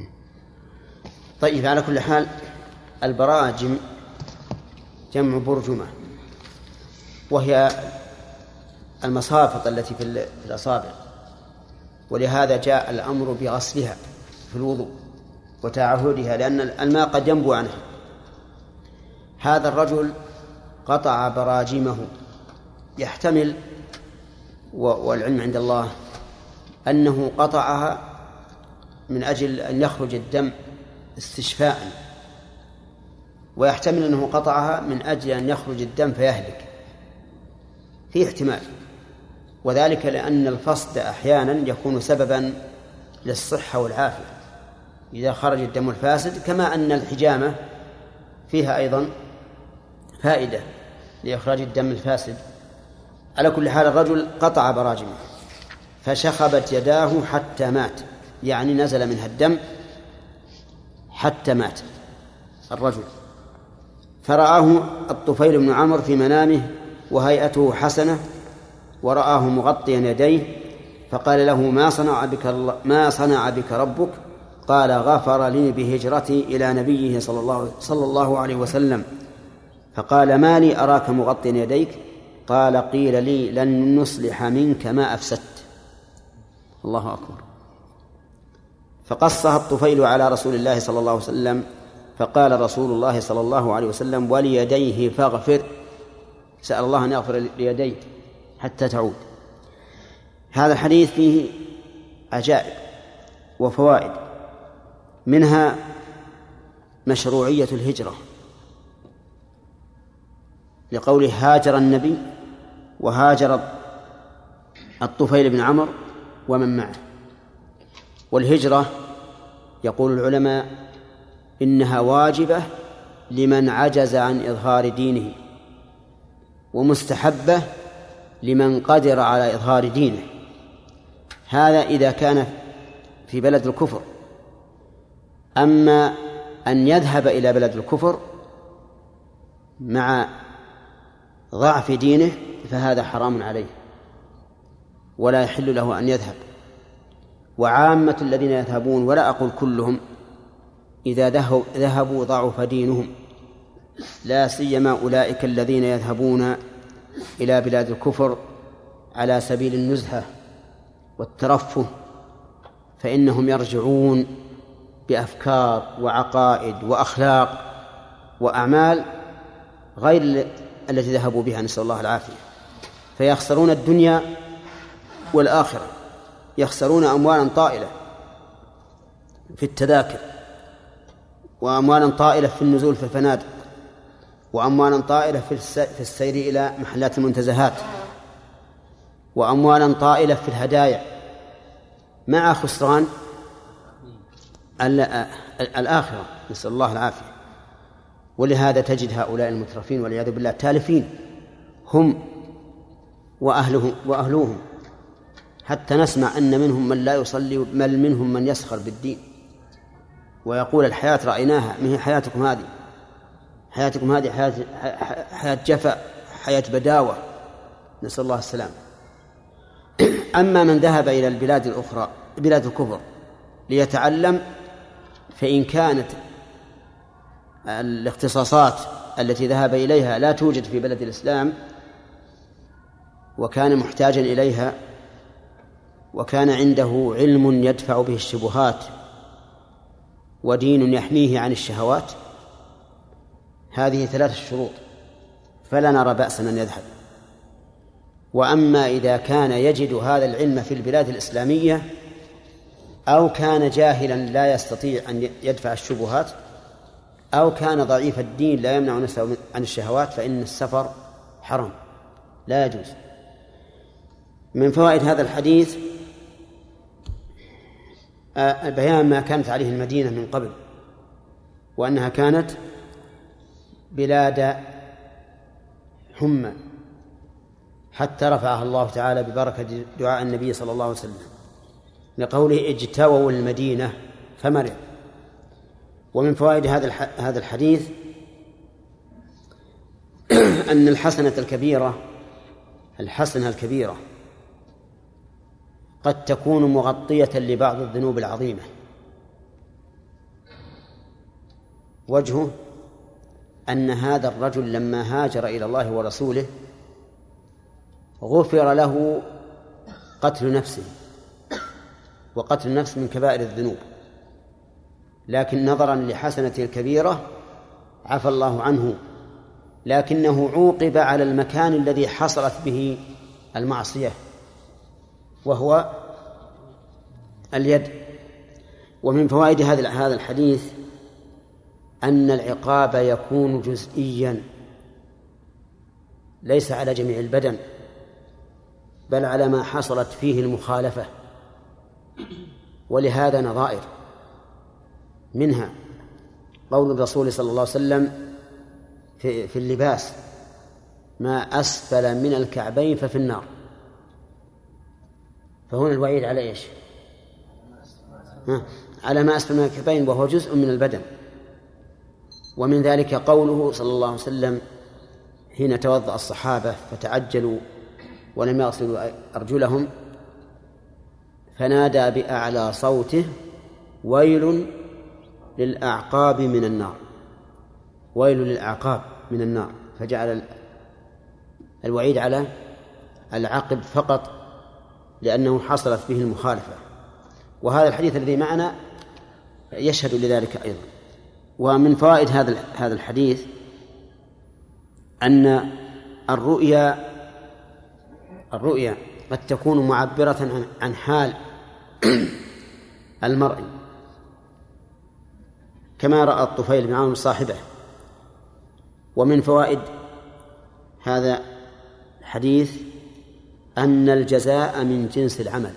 طيب، على كل حال البراجم جمع برجمة، وهي المصافط التي في الأصابع، ولهذا جاء الأمر بغسلها في الوضوء وتعهدها، لأن الماء قد ينبو عنها. هذا الرجل قطع براجمه، يحتمل والعلم عند الله أنه قطعها من أجل أن يخرج الدم استشفاء، ويحتمل أنه قطعها من أجل أن يخرج الدم فيهلك، في احتمال، وذلك لأن الفصد أحيانا يكون سببا للصحة والعافية إذا خرج الدم الفاسد، كما أن الحجامة فيها أيضا فائدة لإخراج الدم الفاسد. على كل حال الرجل قطع براجمه فشخبت يداه حتى مات، يعني نزل منها الدم حتى مات الرجل. فرآه الطفيل بن عمرو في منامه وهيئته حسنة، ورآه مغطيا يديه، فقال له ما صنع بك ربك؟ قال غفر لي بهجرتي إلى نبيه صلى الله عليه وسلم. فقال ما لي أراك مغطيا يديك؟ قال قيل لي لن نصلح منك ما أفسدت. الله أكبر. فقصها الطفيل على رسول الله صلى الله عليه وسلم، فقال رسول الله صلى الله عليه وسلم وليديه فاغفر، سأل الله أن يغفر ليديه حتى تعود. هذا الحديث فيه عجائب وفوائد، منها مشروعية الهجرة لقوله هاجر النبي وهاجر الطفيل بن عمرو ومن معه. والهجرة يقول العلماء إنها واجبة لمن عجز عن إظهار دينه، ومستحبة لمن قدر على إظهار دينه. هذا إذا كان في بلد الكفر. أما أن يذهب إلى بلد الكفر مع ضعف دينه فهذا حرام عليه ولا يحل له أن يذهب. وعامة الذين يذهبون، ولا أقول كلهم، إذا ذهبوا ضعف دينهم، لا سيما أولئك الذين يذهبون إلى بلاد الكفر على سبيل النزهة والترفه، فإنهم يرجعون بأفكار وعقائد وأخلاق وأعمال غير التي ذهبوا بها، نسأل الله العافية، فيخسرون الدنيا والآخرة. يخسرون أموالا طائلة في التذاكر، وأموالا طائلة في النزول في الفنادق، وأموالا طائلة في السير إلى محلات المنتزهات، وأموالا طائلة في الهدايا، مع خسران الآخرة، نسأل الله العافية. ولهذا تجد هؤلاء المترفين والعياذ بالله تالفين هم وأهلهم، حتى نسمع أن منهم من لا يصلي، بل منهم من يسخر بالدين ويقول الحياة رأيناها، ما هي حياتكم هذه؟ حياتكم هذه حياة جفا، حياة بداوة، نسأل الله السلام. أما من ذهب إلى البلاد الأخرى بلاد الكفر ليتعلم، فإن كانت الاختصاصات التي ذهب إليها لا توجد في بلد الإسلام وكان محتاجا إليها، وكان عنده علم يدفع به الشبهات ودين يحميه عن الشهوات، هذه 3 شروط، فلا نرى بأسا أن يذهب. وأما إذا كان يجد هذا العلم في البلاد الإسلامية، أو كان جاهلا لا يستطيع أن يدفع الشبهات، أو كان ضعيف الدين لا يمنع نفسه عن الشهوات، فإن السفر حرام لا يجوز. من فوائد هذا الحديث بيان ما كانت عليه المدينة من قبل، وأنها كانت بلاد حمى، حتى رفعها الله تعالى ببركة دعاء النبي صلى الله عليه وسلم، لقوله اجتووا المدينة فمرض. ومن فوائد هذا الحديث أن الحسنة الكبيرة قد تكون مغطية لبعض الذنوب العظيمة. وجهه أن هذا الرجل لما هاجر إلى الله ورسوله غفر له قتل نفسه، وقتل النفس من كبائر الذنوب، لكن نظرا لحسنته الكبيرة عفى الله عنه، لكنه عوقب على المكان الذي حصلت به المعصية وهو اليد. ومن فوائد هذا الحديث أن العقاب يكون جزئيا، ليس على جميع البدن، بل على ما حصلت فيه المخالفة. ولهذا نظائر، منها قول الرسول صلى الله عليه وسلم في اللباس: ما أسفل من الكعبين ففي النار. فهنا الوعيد على إيش؟ على ما أسفل من الكعبين، وهو جزء من البدن. ومن ذلك قوله صلى الله عليه وسلم حين توضأ الصحابة فتعجلوا ولم يغسلوا أرجلهم، فنادى بأعلى صوته: ويل للأعقاب من النار، ويل للأعقاب من النار، فجعل الوعيد على العقب فقط لأنه حصلت به المخالفة. وهذا الحديث الذي معنا يشهد لذلك أيضا. ومن فوائد هذا الحديث أن الرؤيا قد تكون معبرة عن حال المرء، كما رأى الطفيل بن عمرو صاحبه. ومن فوائد هذا الحديث أن الجزاء من جنس العمل،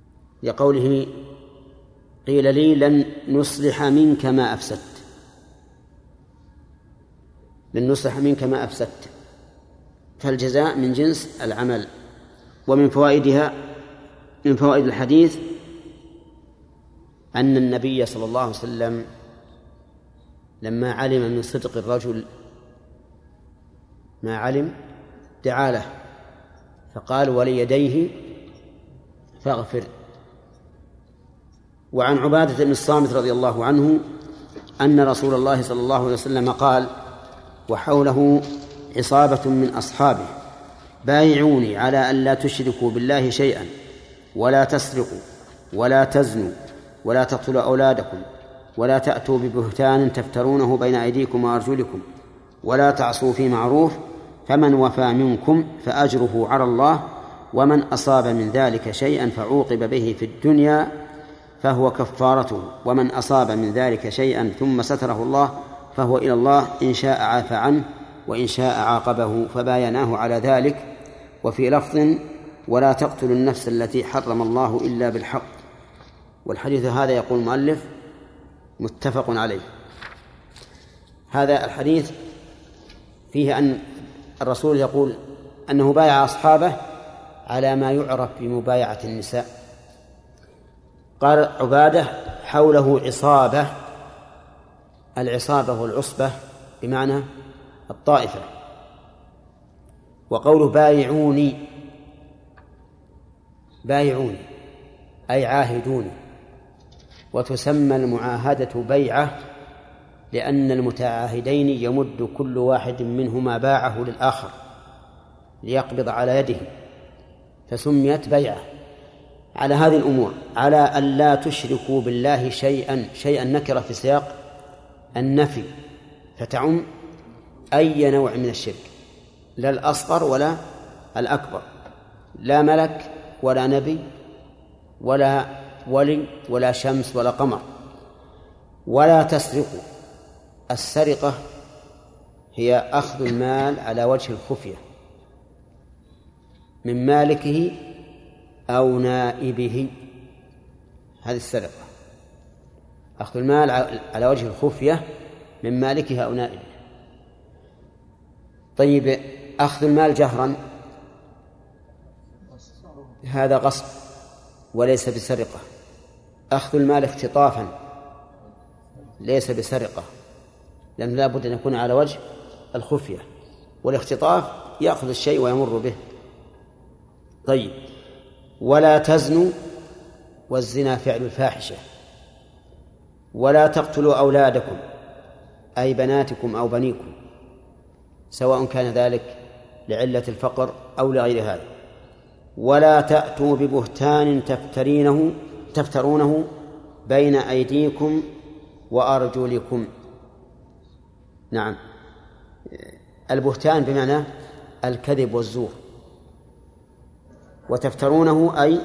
لقوله: قيل لي لن نصلح منك ما أفسدت. للنصح منك ما أفسدت. فالجزاء من جنس العمل. ومن فوائدها، من فوائد الحديث أن النبي صلى الله عليه وسلم لما علم من صدق الرجل ما علم دعا له فقال وليديه فاغفر. وعن عبادة بن الصامت رضي الله عنه أن رسول الله صلى الله عليه وسلم قال وحوله عصابة من أصحابه بايعوني على أن لا تشركوا بالله شيئا ولا تسرقوا ولا تزنوا ولا تقتلوا أولادكم ولا تأتوا ببهتان تفترونه بين أيديكم وأرجلكم ولا تعصوا في معروف فمن وفى منكم فأجره على الله ومن أصاب من ذلك شيئا فعوقب به في الدنيا فهو كفارته ومن أصاب من ذلك شيئا ثم ستره الله فهو إلى الله إن شاء عفى عنه وإن شاء عاقبه فبايناه على ذلك. وفي لفظ ولا تقتلوا النفس التي حرم الله إلا بالحق. والحديث هذا يقول المؤلف متفق عليه. هذا الحديث فيه أن الرسول يقول أنه بايع أصحابه على ما يعرف بمبايعة النساء. قال عبادة حوله عصابة، العصابة والعصبة بمعنى الطائفة. وقوله بايعوني بايعوني أي عاهدوني. وتسمى المعاهدة بيعة لأن المتعاهدين يمد كل واحد منهما باعه للآخر ليقبض على يده فسميت بيعة. على هذه الأمور على أن لا تشركوا بالله شيئا، شيئا نكرة في سياق النفي فتعم أي نوع من الشرك، لا الأصغر ولا الأكبر، لا ملك ولا نبي ولا ولي ولا شمس ولا قمر. ولا تسرقوا. السرقة هي أخذ المال على وجه الخفية من مالكه أو نائبه، هذه السرقة، أخذ المال على وجه الخفية من مالكه أو نائبه. طيب أخذ المال جهرا هذا غصب وليس بسرقة. أخذ المال اختطافا ليس بسرقة، لأن لا بد أن يكون على وجه الخفية، والاختطاف يأخذ الشيء ويمر به. طيب ولا تزنوا، والزنا فعل الفاحشة. ولا تقتلوا أولادكم أي بناتكم أو بنيكم، سواء كان ذلك لعلة الفقر أو لغير هذا. ولا تأتوا ببهتان تفترونه بين أيديكم وأرجلكم. نعم، البهتان بمعنى الكذب والزور، وتفترونه أي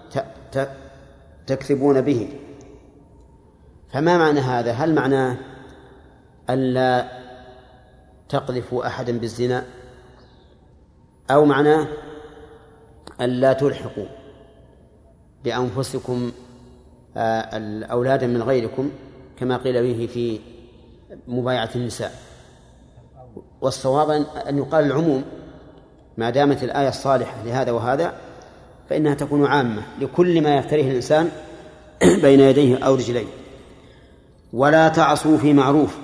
تكذبون به. فما معنى هذا؟ هل معناه ألا تقذفوا أحدا بالزنا، أو معناه ألا تلحقوا بأنفسكم الأولاد من غيركم كما قيل به في مبايعة النساء؟ والصواب أن يقال العموم، ما دامت الآية الصالحة لهذا وهذا فإنها تكون عامة لكل ما يفتريه الإنسان بين يديه أو رجليه. ولا تعصوا في معروف،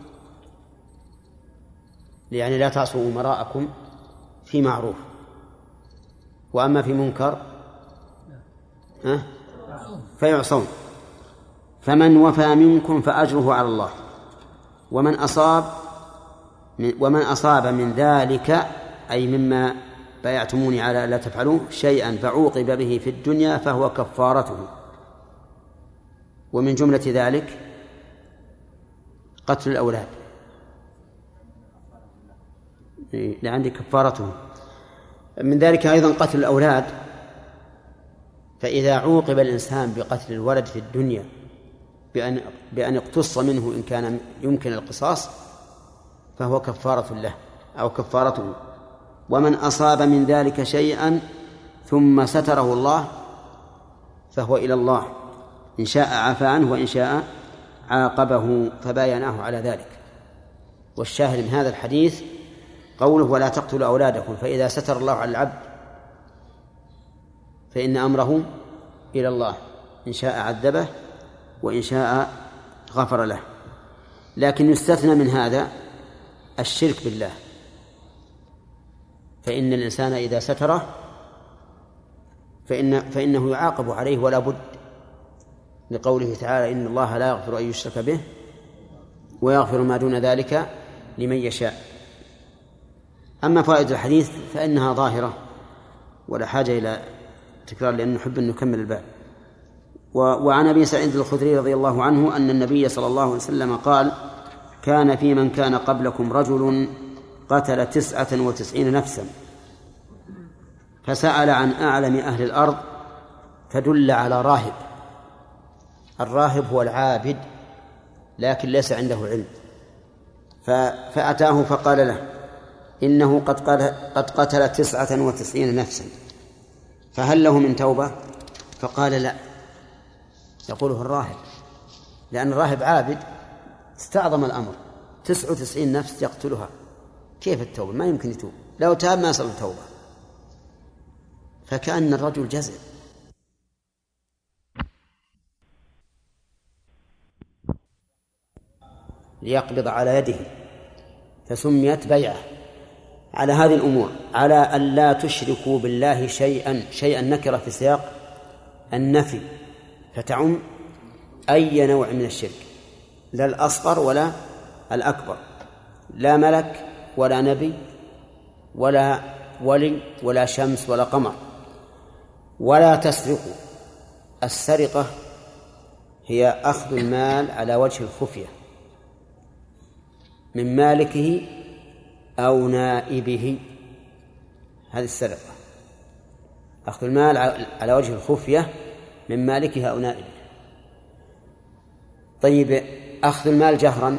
يعني لا تعصوا أمراءكم في معروف، وأما في منكر فيعصون. فمن وفى منكم فأجره على الله ومن أصاب من ذلك أي مما بايعتموني على لا تفعلوه شيئا فعوقب به في الدنيا فهو كفارته. ومن جملة ذلك قتل الأولاد، لعندي كفارته. من ذلك أيضا قتل الأولاد، فإذا عوقب الإنسان بقتل الولد في الدنيا بأن اقتص منه إن كان يمكن القصاص فهو كفارة له أو كفارته. ومن أصاب من ذلك شيئا ثم ستره الله فهو إلى الله إن شاء عفى عنه وإن شاء عاقبه فبايناه على ذلك. والشاهد من هذا الحديث قوله ولا تقتلوا أولادكم، فإذا ستر الله على العبد فإن أمره إلى الله، إن شاء عذبه وإن شاء غفر له. لكن يستثنى من هذا الشرك بالله، فإن الإنسان إذا ستره فإنه يعاقب عليه ولا بد، لقوله تعالى إن الله لا يغفر أن يشرك به ويغفر ما دون ذلك لمن يشاء. أما فوائد الحديث فإنها ظاهرة ولا حاجة إلى تكرار، لأن نحب أن نكمل الباب. وعن أبي سعيد الخدري رضي الله عنه أن النبي صلى الله عليه وسلم قال كان في من كان قبلكم رجل قتل 99 نفسا فسأل عن أعلم أهل الأرض فدل على راهب. الراهب هو العابد لكن ليس عنده علم، فأتاه فقال له إنه قد قتل 99 نفسا فهل له من توبة؟ فقال لا. يقوله الراهب، لأن الراهب عابد استعظم الأمر، 99 نفس يقتلها، كيف التوبة؟ ما يمكن يتوب، لو تاب ما يصل التوبة. فكأن الرجل جزع. ليقبض على يده، فسميت بيعة على هذه الأمور، على أن لا تشركوا بالله شيئا نكرة في سياق النفي فتعم أي نوع من الشرك، لا الأصغر ولا الأكبر، لا ملك ولا نبي ولا ولي ولا شمس ولا قمر. ولا تسرقوا. السرقة هي أخذ المال على وجه الخفية من مالكه أو نائبه، هذه السرقة، أخذ المال على وجه الخفية من مالكه أو نائبه. طيب، أخذ المال جهرا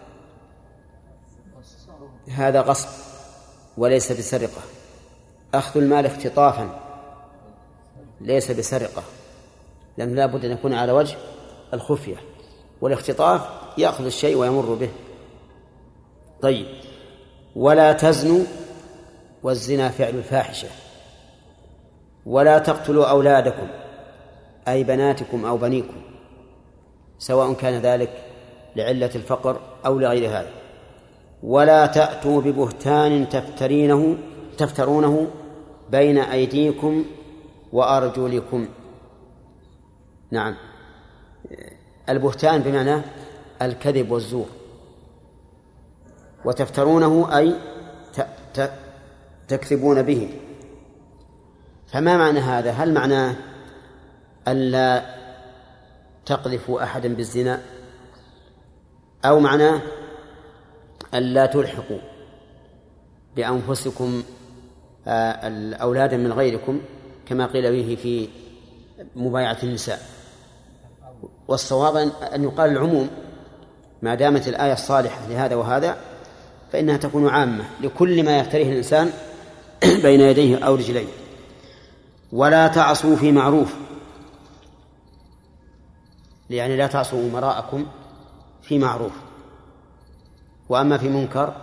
هذا غصب وليس بسرقة. أخذ المال اختطافا ليس بسرقة، لأن لا بد أن يكون على وجه الخفية، والاختطاف يأخذ الشيء ويمر به. طيب، ولا تزنوا، والزنا فعل الفاحشة. ولا تقتلوا أولادكم أي بناتكم أو بنيكم، سواء كان ذلك لعلة الفقر أو لغير هذا. ولا تأتوا ببهتان تفترونه بين أيديكم وأرجلكم. نعم، البهتان بمعنى الكذب والزور، وتفترونه أي تكذبون به. فما معنى هذا؟ هل معناه ألا تقذفوا أحدا بالزنا، أو معناه ألا تلحقوا بأنفسكم الأولاد من غيركم كما قيل به في مبايعة النساء؟ والصواب أن يقال العموم، ما دامت الآية الصالحة لهذا وهذا فإنها تكون عامة لكل ما يفتريه الإنسان بين يديه أو رجليه. ولا تعصوا في معروف، يعني لا تعصوا أمراءكم في معروف، وأما في منكر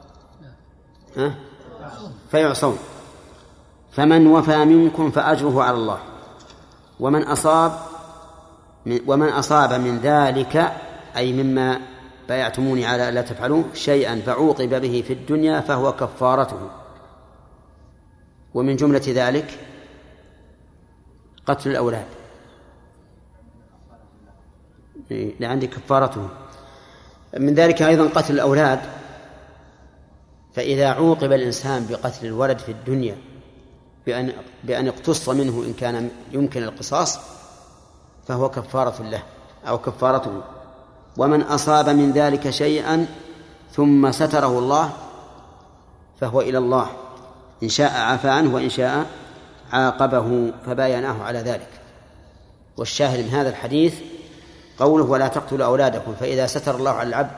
فيعصون. فمن وفى منكم فأجره على الله، ومن أصاب من ذلك أي مما بايعتموني على ألا تفعلوه شيئا فعوقب به في الدنيا فهو كفارته. ومن جملة ذلك قتل الأولاد، لعندي كفارته. من ذلك أيضا قتل الأولاد، فإذا عوقب الإنسان بقتل الولد في الدنيا بأن اقتص منه إن كان يمكن القصاص فهو كفارة له أو كفارته. ومن أصاب من ذلك شيئا ثم ستره الله فهو إلى الله، إن شاء عفى عنه وإن شاء عاقبه، فبايناه على ذلك. والشاهد من هذا الحديث قوله ولا تقتلوا أولادكم، فإذا ستر الله على العبد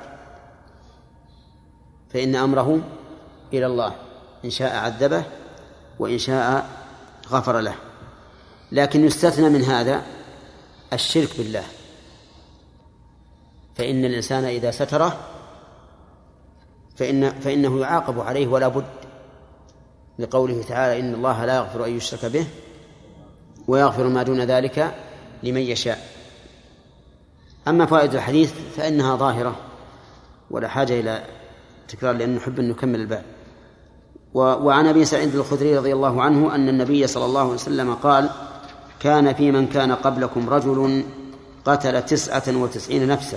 فإن أمره إلى الله، إن شاء عذبه وإن شاء غفر له. لكن يستثنى من هذا الشرك بالله، فإن الإنسان إذا ستره فإنه يعاقب عليه ولا بد، لقوله تعالى إن الله لا يغفر أن يشرك به ويغفر ما دون ذلك لمن يشاء. أما فوائد الحديث فإنها ظاهرة ولا حاجة إلى تكرار، لأن نحب أن نكمل الباب. وعن أبي سعيد الخدري رضي الله عنه أن النبي صلى الله عليه وسلم قال: كان في من كان قبلكم رجل قتل 99 نفسا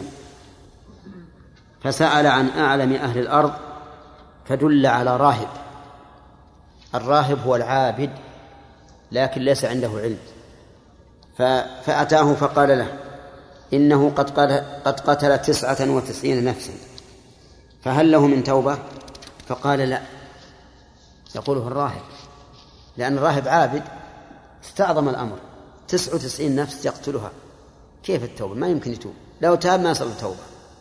فسأل عن أعلم أهل الأرض فدل على راهب. الراهب هو العابد لكن ليس عنده علم، فأتاه فقال له: إنه قد قتل 99 نفسا فهل له من توبة؟ فقال: لا. يقوله الراهب، لأن الراهب عابد استعظم الأمر، 99 نفس يقتلها، كيف التوبة؟ ما يمكن يتوب، لو تاب ما يصل التوبة.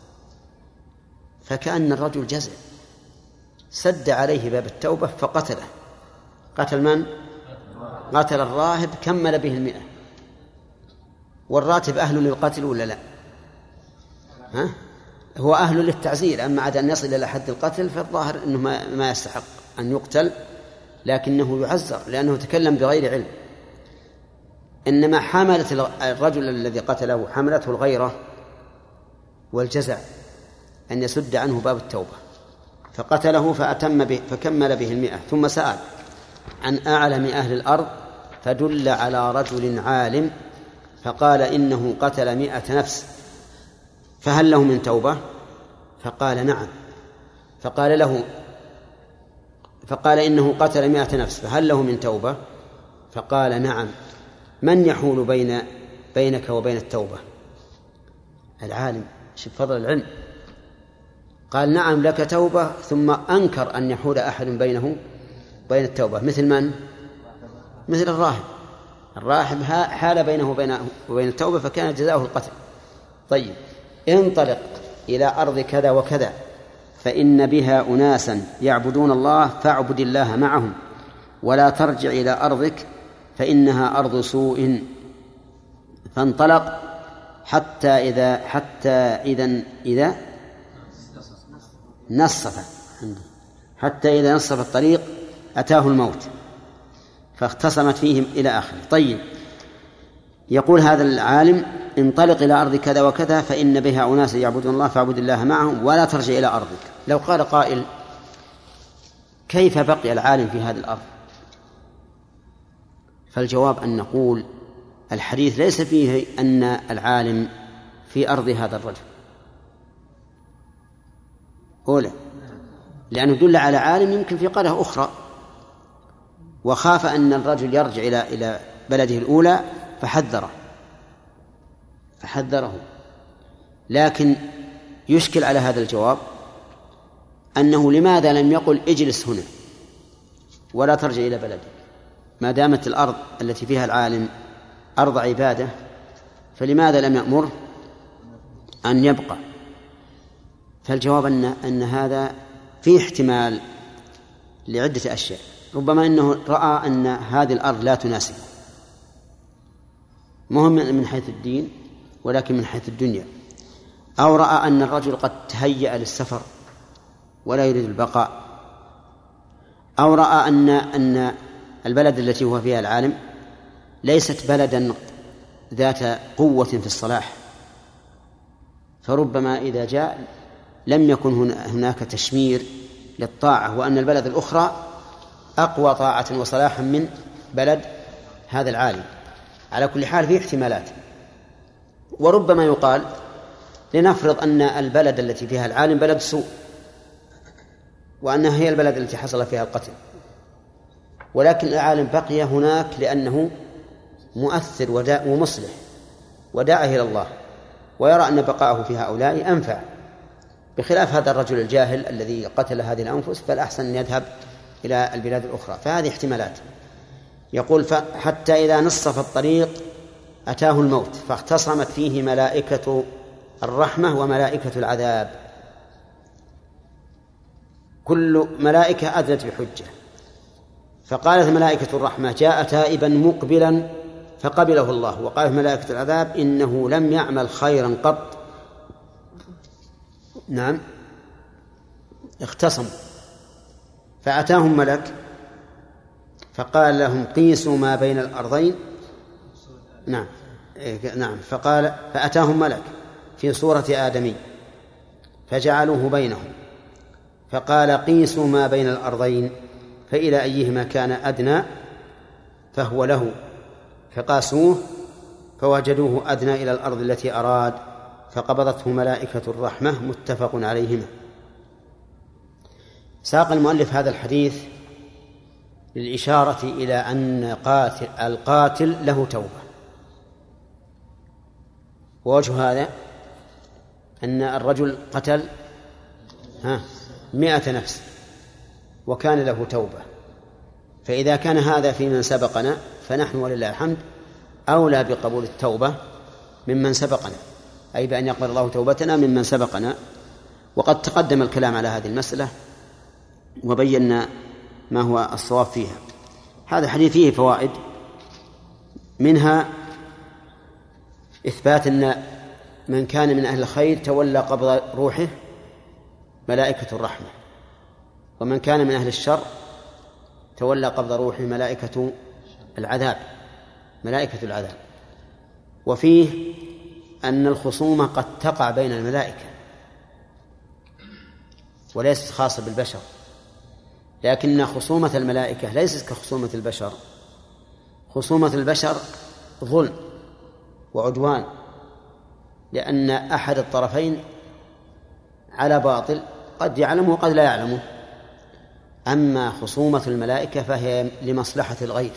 فكأن الرجل جزع، سد عليه باب التوبة فقتله. قتل من؟ قتل الراهب، كمل به 100. والراتب أهل للقتل ولا لا؟ ها؟ هو أهل للتعزير، أما عاد أن يصل إلى حد القتل فالظاهر أنه ما يستحق أن يقتل، لكنه يعزر لأنه تكلم بغير علم. إنما حملت الرجل الذي قتله حملته الغيرة والجزع أن يسد عنه باب التوبة، فقتله فكمل به 100. ثم سأل عن أعلم أهل الأرض فدل على رجل عالم فقال: إنه قتل 100 نفس فهل له من توبة؟ فقال: نعم. فقال: إنه قتل 100 نفس فهل له من توبة؟ فقال: نعم. من يحول بينك وبين التوبة؟ العالم. شوف فضل العلم. قال: نعم لك توبة، ثم أنكر أن يحول أحد بينه وبين التوبة. مثل من؟ مثل الراهب. الراهب حال بينه وبين التوبة فكان جزاؤه القتل. طيب، انطلق إلى أرض كذا وكذا فإن بها أناسا يعبدون الله فاعبد الله معهم، ولا ترجع إلى أرضك فإنها أرض سوء. فانطلق حتى إذا نصف الطريق أتاه الموت فاختصمت فيهم إلى آخره. طيب، يقول هذا العالم: انطلق إلى أرض كذا وكذا فإن بها أناس يعبدون الله فاعبد الله معهم ولا ترجع إلى أرضك. لو قال قائل: كيف بقي العالم في هذه الأرض؟ فالجواب أن نقول: الحديث ليس فيه أن العالم في أرض هذا الرجل، أولا لأنه دل على عالم يمكن في قرية أخرى، وخاف أن الرجل يرجع إلى بلده الأولى فحذره. لكن يشكل على هذا الجواب أنه لماذا لم يقل اجلس هنا ولا ترجع إلى بلدك، ما دامت الأرض التي فيها العالم أرض عبادة، فلماذا لم يأمر أن يبقى؟ فالجواب أن هذا فيه احتمال لعدة أشياء. ربما أنه رأى أن هذه الأرض لا تناسبه، مهم من حيث الدين ولكن من حيث الدنيا، أو رأى أن الرجل قد تهيأ للسفر ولا يريد البقاء، أو رأى أن البلد التي هو فيها العالم ليست بلدا ذات قوة في الصلاح، فربما إذا جاء لم يكن هناك تشمير للطاعة، وأن البلد الأخرى أقوى طاعة وصلاحا من بلد هذا العالم. على كل حال فيه احتمالات. وربما يقال: لنفرض أن البلد التي فيها العالم بلد سوء، وأنها هي البلد التي حصل فيها القتل، ولكن العالم بقي هناك لأنه مؤثر ومصلح وداعي إلى الله، ويرى أن بقاءه في هؤلاء أنفع، بخلاف هذا الرجل الجاهل الذي قتل هذه الأنفس، فالأحسن أن يذهب إلى البلاد الأخرى. فهذه احتمالات. يقول: حتى إذا نصف الطريق أتاه الموت فاختصمت فيه ملائكة الرحمة وملائكة العذاب، كل ملائكة أدلت بحجة. فقالت ملائكة الرحمة: جاء تائبا مقبلا فقبله الله. وقالت ملائكة العذاب: إنه لم يعمل خيرا قط. نعم، اختصموا فأتاهم ملك فقال لهم قيسوا ما بين الأرضين. نعم فأتاهم ملك في صورة آدمي فجعلوه بينهم فقال قيسوا ما بين الأرضين فإلى أيهما كان أدنى فهو له فقاسوه فوجدوه أدنى إلى الأرض التي أراد فقبضته ملائكة الرحمة متفق عليهما. ساق المؤلف هذا الحديث للإشارة إلى أن القاتل له توبة، ووجه هذا أن الرجل قتل 100 نفس وكان له توبة، فإذا كان هذا في من سبقنا فنحن ولله الحمد أولى بقبول التوبة ممن سبقنا، أي بأن يقبل الله توبتنا ممن سبقنا. وقد تقدم الكلام على هذه المسألة وبينا ما هو الصواب فيها. هذا الحديث فيه فوائد، منها إثبات أن من كان من أهل الخير تولى قبض روحه ملائكة الرحمة، ومن كان من أهل الشر تولى قبض روحه ملائكة العذاب. وفيه أن الخصومة قد تقع بين الملائكة وليست خاصة بالبشر، لكن خصومة الملائكة ليست كخصومة البشر. خصومة البشر ظلم وعدوان، لأن أحد الطرفين على باطل قد يعلمه وقد لا يعلمه. أما خصومة الملائكة فهي لمصلحة الغير،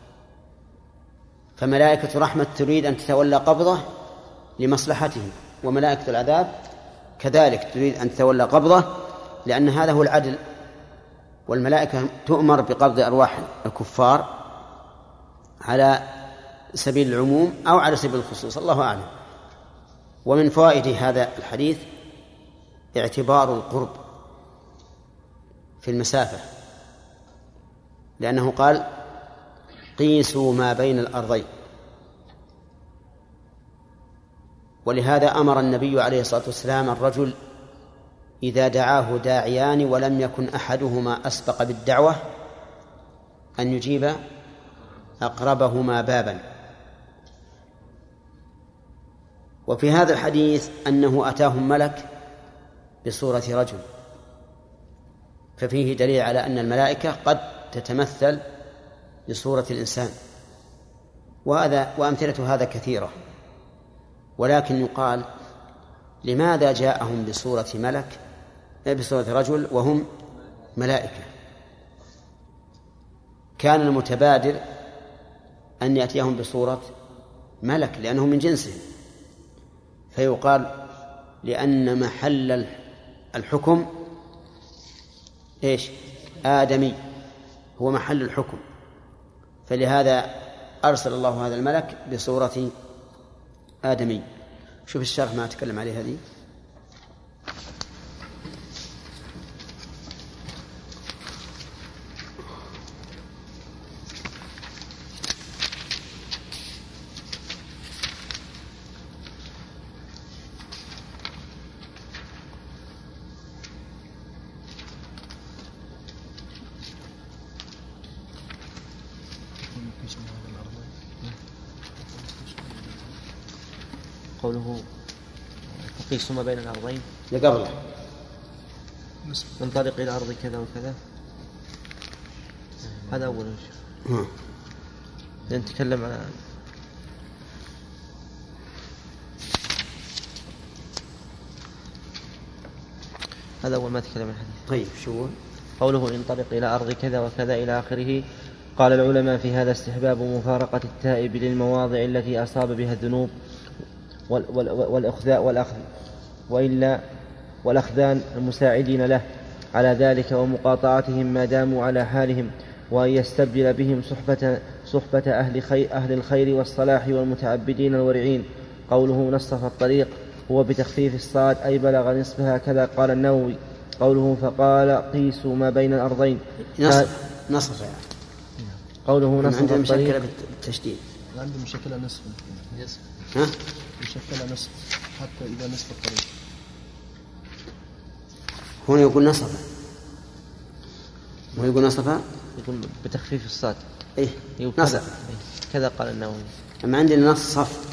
فملائكة رحمة تريد أن تتولى قبضه لمصلحته، وملائكة العذاب كذلك تريد أن تتولى قبضه، لأن هذا هو العدل. والملائكة تؤمر بقبض أرواح الكفار على سبيل العموم أو على سبيل الخصوص، الله أعلم. ومن فوائد هذا الحديث اعتبار القرب في المسافة، لأنه قال قيسوا ما بين الأرضين، ولهذا أمر النبي عليه الصلاة والسلام الرجل إذا دعاه داعيان ولم يكن أحدهما أسبق بالدعوة أن يجيب أقربهما بابا. وفي هذا الحديث أنه أتاهم ملك بصورة رجل، ففيه دليل على أن الملائكة قد تتمثل بصورة الإنسان، وأمثلة هذا كثيرة. ولكن يقال لماذا جاءهم بصورة رجل وهم ملائكة؟ كان المتبادر أن يأتيهم بصورة ملك لأنهم من جنسهم، فيقال لأن محل الحكم آدمي هو محل الحكم، فلهذا أرسل الله هذا الملك بصورة آدمي. شوف الشرح ما أتكلم عليه هذه. قوله فقيسوا ما بين الأرضين لقبله من طريق إلى الأرض كذا وكذا، هذا أول شيء. نتكلم على هذا أول ما تكلم عن الحديث. طيب شو قوله انطلق إلى أرض كذا وكذا إلى آخره. قال العلماء في هذا استحباب مفارقة التائب للمواضع التي أصاب بها الذنوب والأخذان المساعدين له على ذلك، ومقاطعتهم ما داموا على حالهم، وأن يستبدل بهم صحبة أهل الخير والصلاح والمتعبدين الورعين. قوله نصف الطريق هو بتخفيف الصاد أي بلغ نصفها، كذا قال النووي. قوله فقال قيسوا ما بين الأرضين نصف يعني. قوله نصف عندهم الطريق مشكلة بالتشديد، عندهم مشكلة نصف مشكلة نصف حتى إذا نصف الطريق. هنا يقول نصف ويقول نصفها يقول بتخفيف الصاد. إيه نصف. كذا قال النووي. أما عندنا نصف.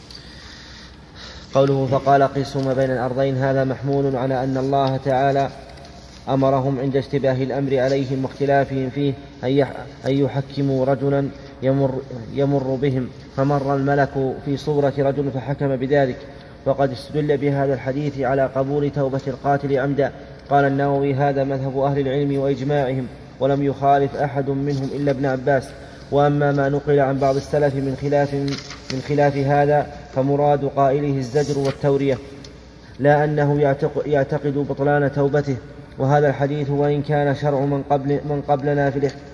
قوله فقال قيسوا ما بين الأرضين هذا محمول على أن الله تعالى أمرهم عند اشتباه الأمر عليهم واختلافهم فيه أن يحكموا رجلا يمر بهم، فمر الملك في صورة رجل فحكم بذلك. وقد استدل بهذا الحديث على قبول توبة القاتل عمدا. قال النووي هذا مذهب أهل العلم وإجماعهم، ولم يخالف أحد منهم إلا ابن عباس. وأما ما نقل عن بعض السلف من خلاف هذا فمراد قائله الزجر والتورية، لا أنه يعتقد بطلان توبته. وهذا الحديث وإن كان شرع من قبلنا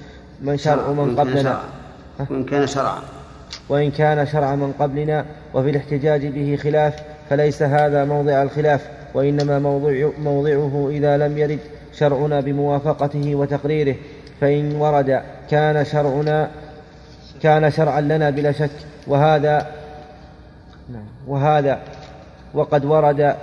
وإن كان شرع من قبلنا وفي الاحتجاج به خلاف، فليس هذا موضع الخلاف، وإنما موضعه إذا لم يرد شرعنا بموافقته وتقريره، فإن ورد كان شرعا لنا بلا شك. وهذا وقد ورد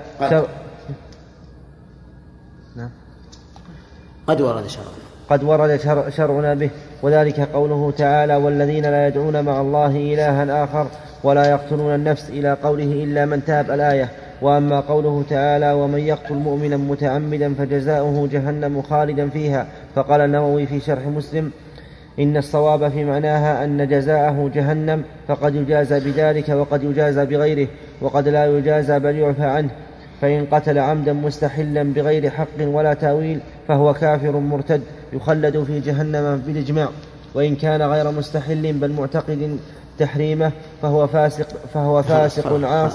قد ورد شرعنا به، وذلك قوله تعالى والذين لا يدعون مع الله إلها آخر ولا يقتلون النفس إلى قوله إلا من تاب الآية. وأما قوله تعالى ومن يقتل مؤمنا متعمدا فجزاؤه جهنم خالدا فيها، فقال النووي في شرح مسلم إن الصواب في معناها أن جزاءه جهنم، فقد يجازى بذلك وقد يجازى بغيره، وقد لا يجازى بل يعفى عنه. فإن قتل عمدا مستحلا بغير حق ولا تأويل فهو كافر مرتد يخلد في جهنم بالإجماع. وإن كان غير مستحل بل معتقد تحريمه فهو فاسق عاص.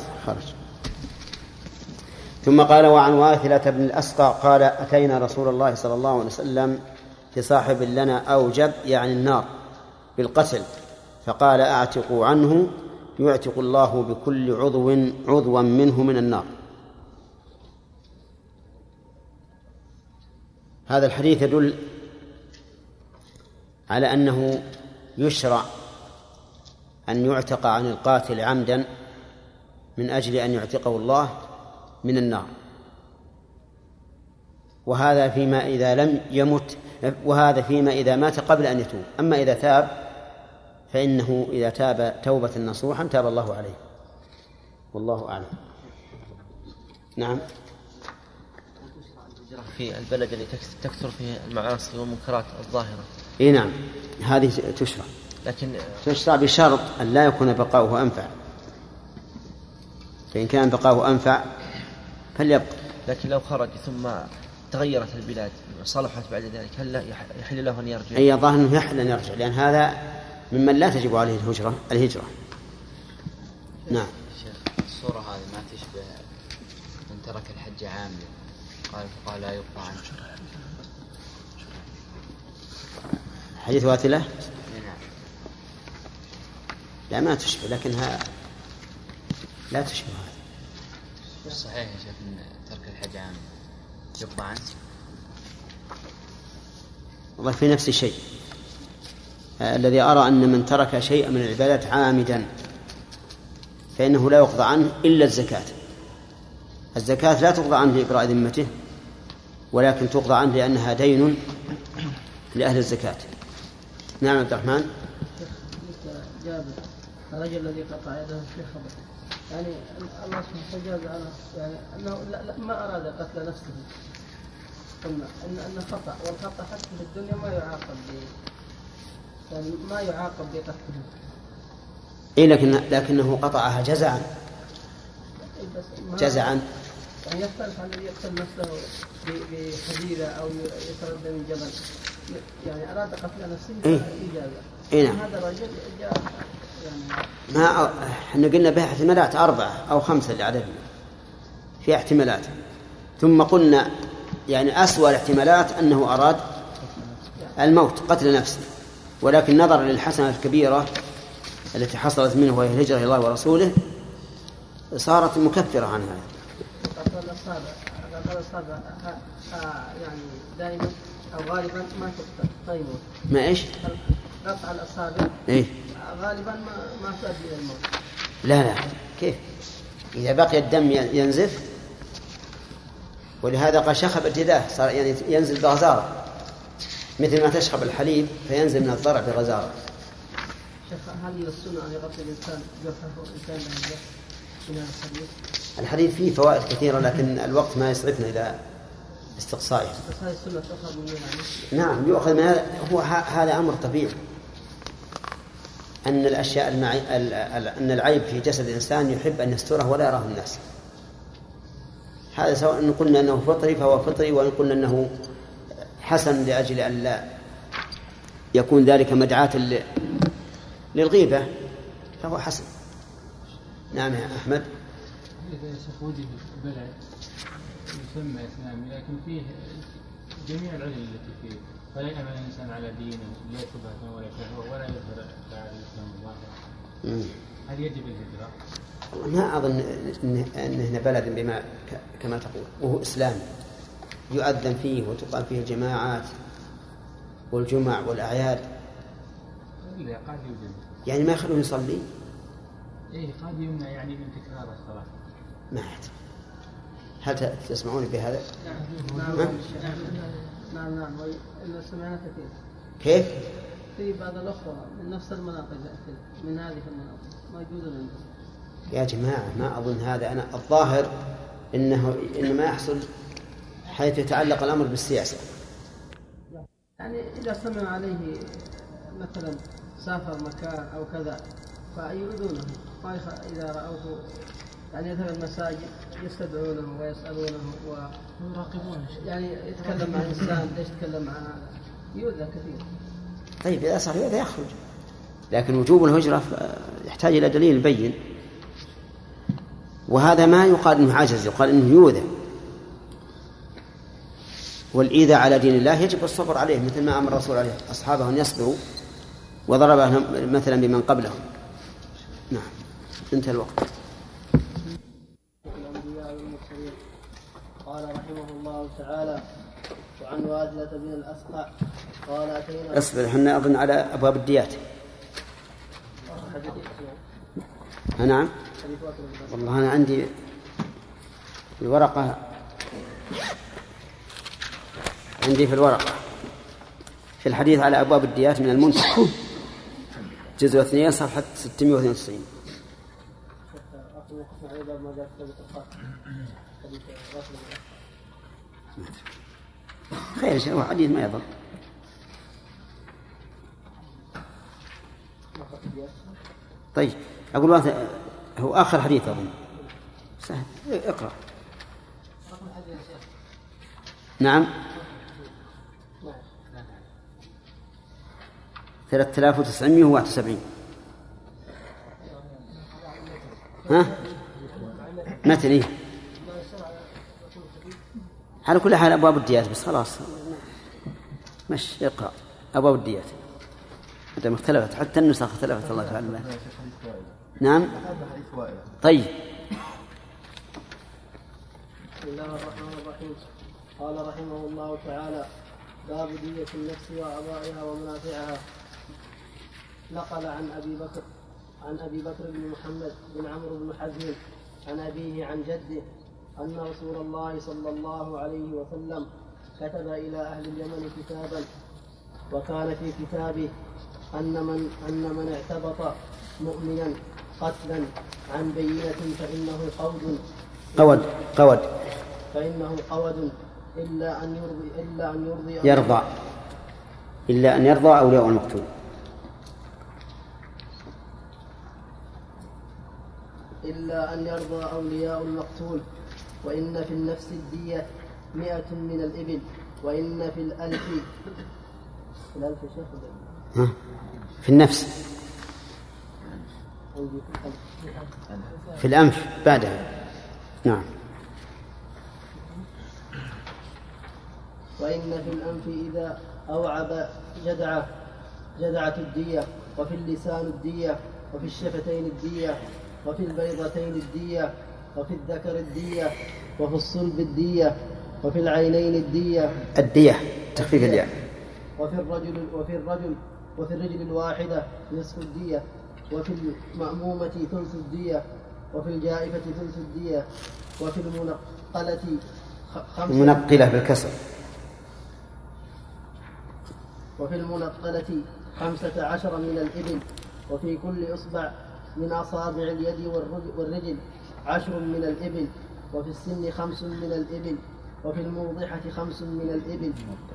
ثم قال وعن واثلة بن الأسقع قال أتينا رسول الله صلى الله عليه وسلم في صاحب لنا أوجب يعني النار بالقتل، فقال أعتقوا عنه يعتق الله بكل عضوا منه من النار. هذا الحديث يدل على أنه يشرع أن يعتق عن القاتل عمدا من أجل أن يعتقه الله من النار، وهذا فيما إذا لم يمت، وهذا فيما إذا مات قبل أن يتوب. أما إذا تاب فإنه إذا تاب توبة نصوحا تاب الله عليه، والله أعلم. نعم. في البلد اللي تكثر فيه المعاصي والمنكرات الظاهرة. إيه نعم، هذه تشرع، لكن تشرع بشرط أن لا يكون بقاؤه أنفع، فإن كان بقاؤه أنفع فليبقى. لكن لو خرج ثم تغيرت البلاد صلحت بعد ذلك هل يحل له أن يرجع؟ أي ظاهر أنه يحل أن يرجع، لأن هذا ممن لا تجب عليه الهجرة. نعم. الصورة هذه ما تشبه من ترك الحج عاملا قال لا يقطع عنه. حديث واثلة؟ نعم. لا ما تشبه، لكنها لا تشبه هذا. صحيح يا شيخ من ترك الحج عاملا يقطع عنه. والله في نفس الشيء. الذي أرى أن من ترك شيئا من العبادات عامدا فإنه لا يقضى عنه إلا الزكاة. الزكاة لا تقضى عنه لإبراء ذمته، ولكن تقضى عنه لأنها دين لأهل الزكاة. نعم عبد الرحمن. جابر الرجل الذي قطع يده في خبر، يعني الله سبحانه وتعالى على يعني أنه ما أراد قتل نفسه، قلنا أن خطأ، والخطأ حتى في الدنيا ما يعاقب يعني ما يعاقب بقتله. إيه لكنه قطعها جزعا. يعني يختلف عن الذي يقتل نفسه بحديدة أو يتردى من جبل، يعني أراد قتل نفسه إجازة. إيه نعم. هذا الرجل جاء يعني ما احنا قلنا بها احتمالات 4 أو 5 لعددنا، في احتمالات، ثم قلنا يعني أسوأ الاحتمالات أنه أراد الموت قتل نفسه، ولكن نظرا للحسنة الكبيرة التي حصلت منه وهي الهجرة إلى الله ورسوله صارت مكفرة عن هذا. قتل الأصابع يعني دائما أو غالبا ما تقتل طيموت. ما إيش؟ قطع الأصابع إيه؟ غالبا ما تؤدي إلى الموت. لا كيف؟ إذا بقي الدم ينزف، ولهذا قال شخب الجداه صار يعني ينزل بغزارة، مثل ما تشرب الحليب فينزل من الضرع بغزارة. شيخ هل السنة أن يغطي الإنسان جوفه إن كان له جوف من الحديث؟ الحديث فيه فوائد كثيرة لكن الوقت ما يسعفنا إلى استقصائها. بس هذه السنة تؤخذ منها يعني؟ نعم يؤخذ من هذا. هذا أمر طبيعي أن الأشياء أن العيب في جسد الإنسان يحب أن يستره ولا يراه الناس. هذا سواء إن قلنا أنه فطري فهو فطري، وإن قلنا أنه حسن لأجل أن لا يكون ذلك مدعاة للغيبة فهو حسن. نعم يا أحمد. إذا يشوف وجه بلد يسمى إسلامي لكن فيه جميع العلل التي فيه، فلا يأمن الإنسان على دينه لا شبهة ولا شهوة ولا يظهر شعائر الإسلام الظاهرة. هل يجب الهجرة؟ ما أظن أنه بلد بما كما تقول، وهو إسلام يؤذن فيه وتقام فيه الجماعات والجمع والأعياد. إلا قد يوجد يعني ما يخلون يصلي؟ إيه قد يمنع يعني من تكرار الصلاة. ما أدري. هل تسمعون بهذا؟ نعم إلا سمعنا كثير. كيف؟ في بعض الأخرى من نفس المناطق من هذه المناطق موجودة عندهم. يا جماعة ما أظن هذا. أنا الظاهر إنه ما يحصل حيث يتعلق الأمر بالسياسة. يعني إذا سمع عليه مثلا سافر مكان أو كذا فيؤذونه، إذا رأوه يعني يذهب المساجد يستدعونه ويسألونه ويراقبونه، يعني يتكلم مع إنسان ليش يتكلم مع هذا، يؤذى كثير. طيب إذا صار يؤذى يخرج، لكن وجوب الهجرة يحتاج إلى دليل بين، وهذا ما يقال إنه عجز، يقال إنه يؤذى. والإيذاء على دين الله يجب الصبر عليه، مثل ما أمر الرسول عليه أصحابه أن يصبروا وضرب مثلا بمن قبلهم. نعم انتهى الوقت. قال رحمه الله تعالى: وعن واثلة بن الأسقع قال أتينا. اصبر، احنا أظن على أبواب الديات. نعم والله أنا عندي الورقة، عندي في الورقة في الحديث على أبواب الديات من المنتخ جزء 2 صفحة 692. خير شيء، حديث ما يضر. طيب أقول هو آخر حديث أظن سهل، اقرأ. نعم 3971. ها متني على كل حال أبواب الديات بس خلاص مش اقرأ أبواب الديات. أنت مختلفت حتى النسخ اختلفت. الله تعالى. نعم طيب. بسم الله الرحمن الرحيم. قال رحمه الله تعالى: باب دية النفس وأعضائها ومنافعها. نقل عن أبي بكر بن محمد بن عمرو بن حزم عن أبيه عن جده أن رسول الله صلى الله عليه وسلم كتب إلى أهل اليمن كتابا، وكان في كتابه أن من اعتبط مؤمنا قتلا عن بينة فإنه قود إلا أن يرضى أولياء المقتول. إلا أن يرضى أولياء المقتول. وإن في النفس الدية 100 من الإبل، وإن في الألف في النفس في الأنف بعدها. نعم. وإن في الأنف إذا أوعب جدعة الدية، وفي اللسان الدية، وفي الشفتين الدية، وفي البيضتين الدية، وفي الذكر الدية، وفي الصلب الدية، وفي العينين الدية تخفيف الياء، وفي الرجل الواحدة نصف الدية، وفي المأمومة ثلث الدية، وفي الجائفة ثلث الدية، وفي المنقلة بالكسر وفي المنقلة 15 من الإبل، وفي كل إصبع من أصابع اليد والرجل 10 من الإبل، وفي السن 5 من الإبل، وفي الموضحة 5 من الإبل.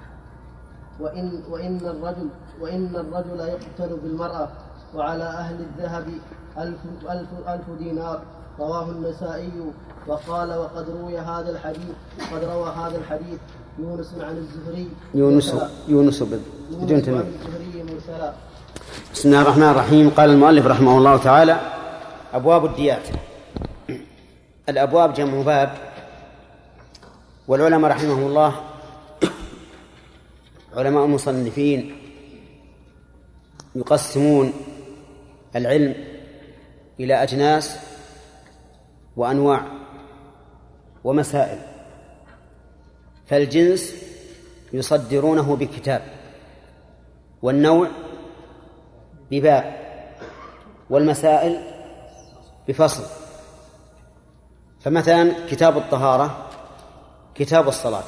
وإن الرجل يقتل بالمرأة، وعلى أهل الذهب 1000 دينار. رواه النسائي. وقال وقد روى هذا الحديث يونس عن الزهري يونس بدون تنوين. مرسلا. بسم الله الرحمن الرحيم. قال المؤلف رحمه الله تعالى: أبواب الديات. الأبواب جمع باب، والعلماء رحمهم الله علماء المصنفين يقسمون العلم إلى أجناس وأنواع ومسائل، فالجنس يصدرونه بكتاب، والنوع بباب، والمسائل بفصل. فمثلا كتاب الطهارة كتاب الصلاة،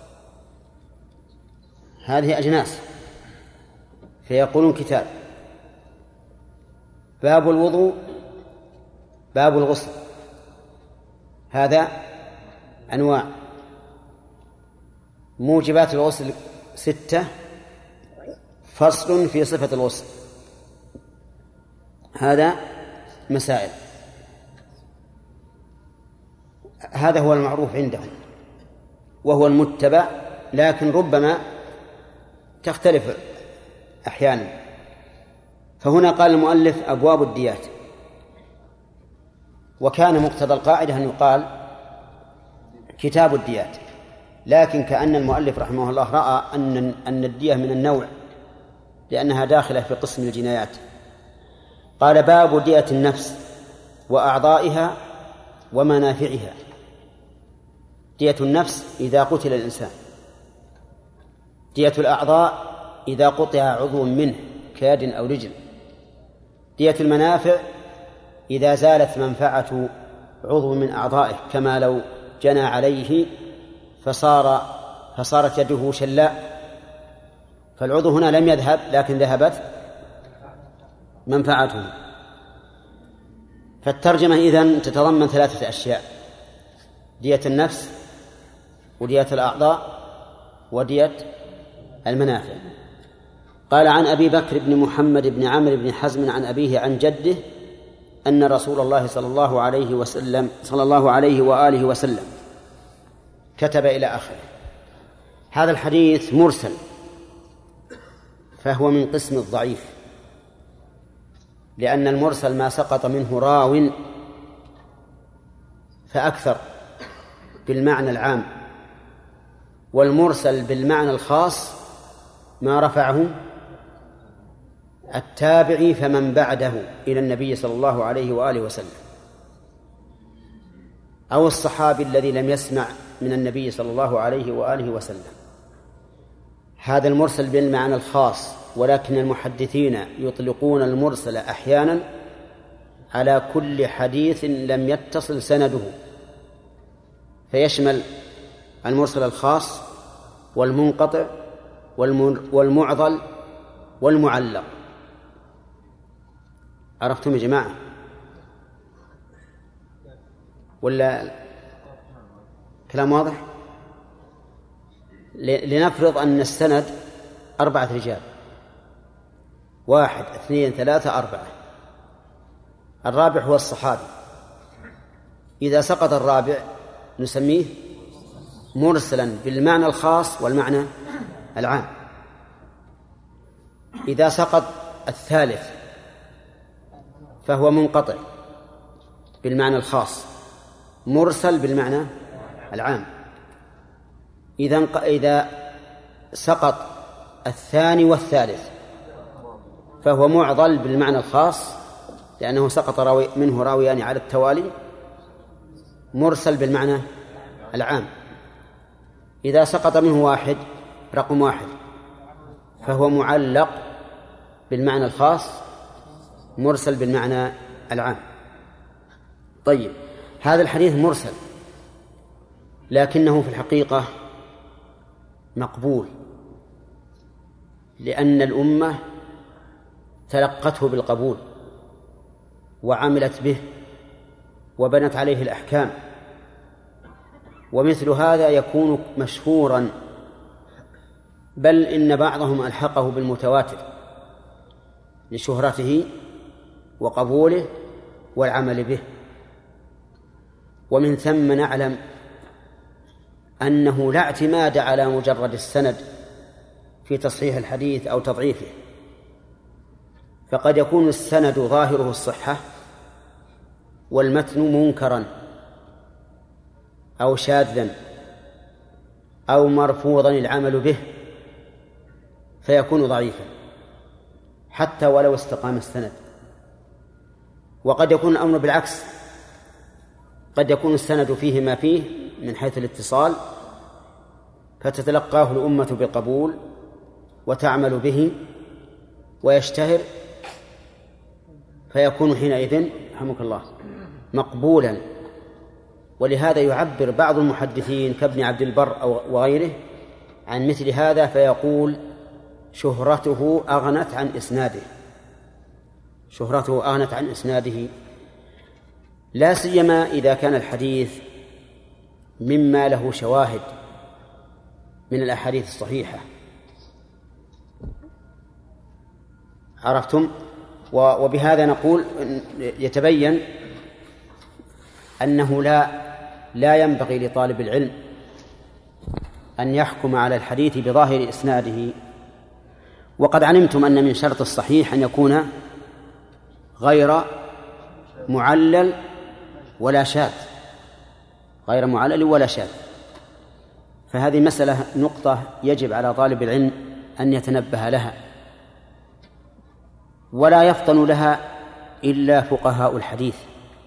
هذه أجناس فيقولون كتاب. باب الوضوء باب الغسل، هذا أنواع. موجبات الغسل 6، فصل في صفة الغسل، هذا مسائل. هذا هو المعروف عندهم وهو المتبع، لكن ربما تختلف أحيانا. فهنا قال المؤلف أبواب الديات، وكان مقتضى القاعدة أن يقال كتاب الديات، لكن كأن المؤلف رحمه الله رأى أن الدية من النوع لأنها داخلة في قسم الجنايات. قال: باب دية النفس وأعضائها ومنافعها. دية النفس إذا قتل الإنسان، دية الأعضاء إذا قطع عضو منه كيد أو رجل، دية المنافع إذا زالت منفعة عضو من أعضائه، كما لو جنى عليه فصارت يده شلاء، فالعضو هنا لم يذهب لكن ذهبت منفعته. فالترجمة إذن تتضمن 3 أشياء: دية النفس، ودية الأعضاء، ودية المنافع. قال: عن أبي بكر بن محمد بن عمرو بن حزم عن أبيه عن جده أن رسول الله صلى الله عليه وآله وسلم كتب إلى آخره. هذا الحديث مرسل، فهو من قسم الضعيف، لأن المرسل ما سقط منه راو فأكثر بالمعنى العام، والمرسل بالمعنى الخاص ما رفعه التابعي فمن بعده إلى النبي صلى الله عليه وآله وسلم، أو الصحابي الذي لم يسمع من النبي صلى الله عليه وآله وسلم. هذا المرسل بالمعنى الخاص، ولكن المحدثين يطلقون المرسل أحيانا على كل حديث لم يتصل سنده، فيشمل المرسل الخاص والمنقطع والمعضل والمعلق. عرفتم يا جماعة ولا كلام واضح؟ لنفرض أن السند 4 رجال، 1 2 3 4، الرابع هو الصحابي. إذا سقط الرابع نسميه مرسلا بالمعنى الخاص والمعنى العام. إذا سقط الثالث فهو منقطع بالمعنى الخاص، مرسل بالمعنى العام. إذا سقط الثاني والثالث فهو معضل بالمعنى الخاص، لأنه سقط منه راويان على التوالي، مرسل بالمعنى العام. إذا سقط منه واحد رقم 1 فهو معلق بالمعنى الخاص، مرسل بالمعنى العام. طيب، هذا الحديث مرسل، لكنه في الحقيقة مقبول، لأن الأمة تلقته بالقبول وعملت به وبنت عليه الأحكام، ومثل هذا يكون مشهورا، بل إن بعضهم ألحقه بالمتواتر لشهرته وقبوله والعمل به. ومن ثم نعلم أنه لا اعتماد على مجرد السند في تصحيح الحديث أو تضعيفه، فقد يكون السند ظاهره الصحة والمتن منكرا أو شاذا أو مرفوضا العمل به فيكون ضعيفا حتى ولو استقام السند. وقد يكون الأمر بالعكس، قد يكون السند فيه ما فيه من حيث الاتصال فتتلقاه الأمة بالقبول وتعمل به ويشتهر، فيكون حينئذ رحمك الله مقبولا. ولهذا يعبر بعض المحدثين كابن عبد البر وغيره عن مثل هذا فيقول شهرته أغنت عن إسناده، شهرته أغنت عن إسناده، لا سيما إذا كان الحديث مما له شواهد من الأحاديث الصحيحة. عرفتم؟ وبهذا نقول يتبين أنه لا ينبغي لطالب العلم أن يحكم على الحديث بظاهر إسناده. وقد علمتم أن من شرط الصحيح أن يكون غير معلل ولا شاذ، غير معلل ولا شاذ. فهذه مسألة نقطة يجب على طالب العلم أن يتنبه لها، ولا يفطن لها إلا فقهاء الحديث.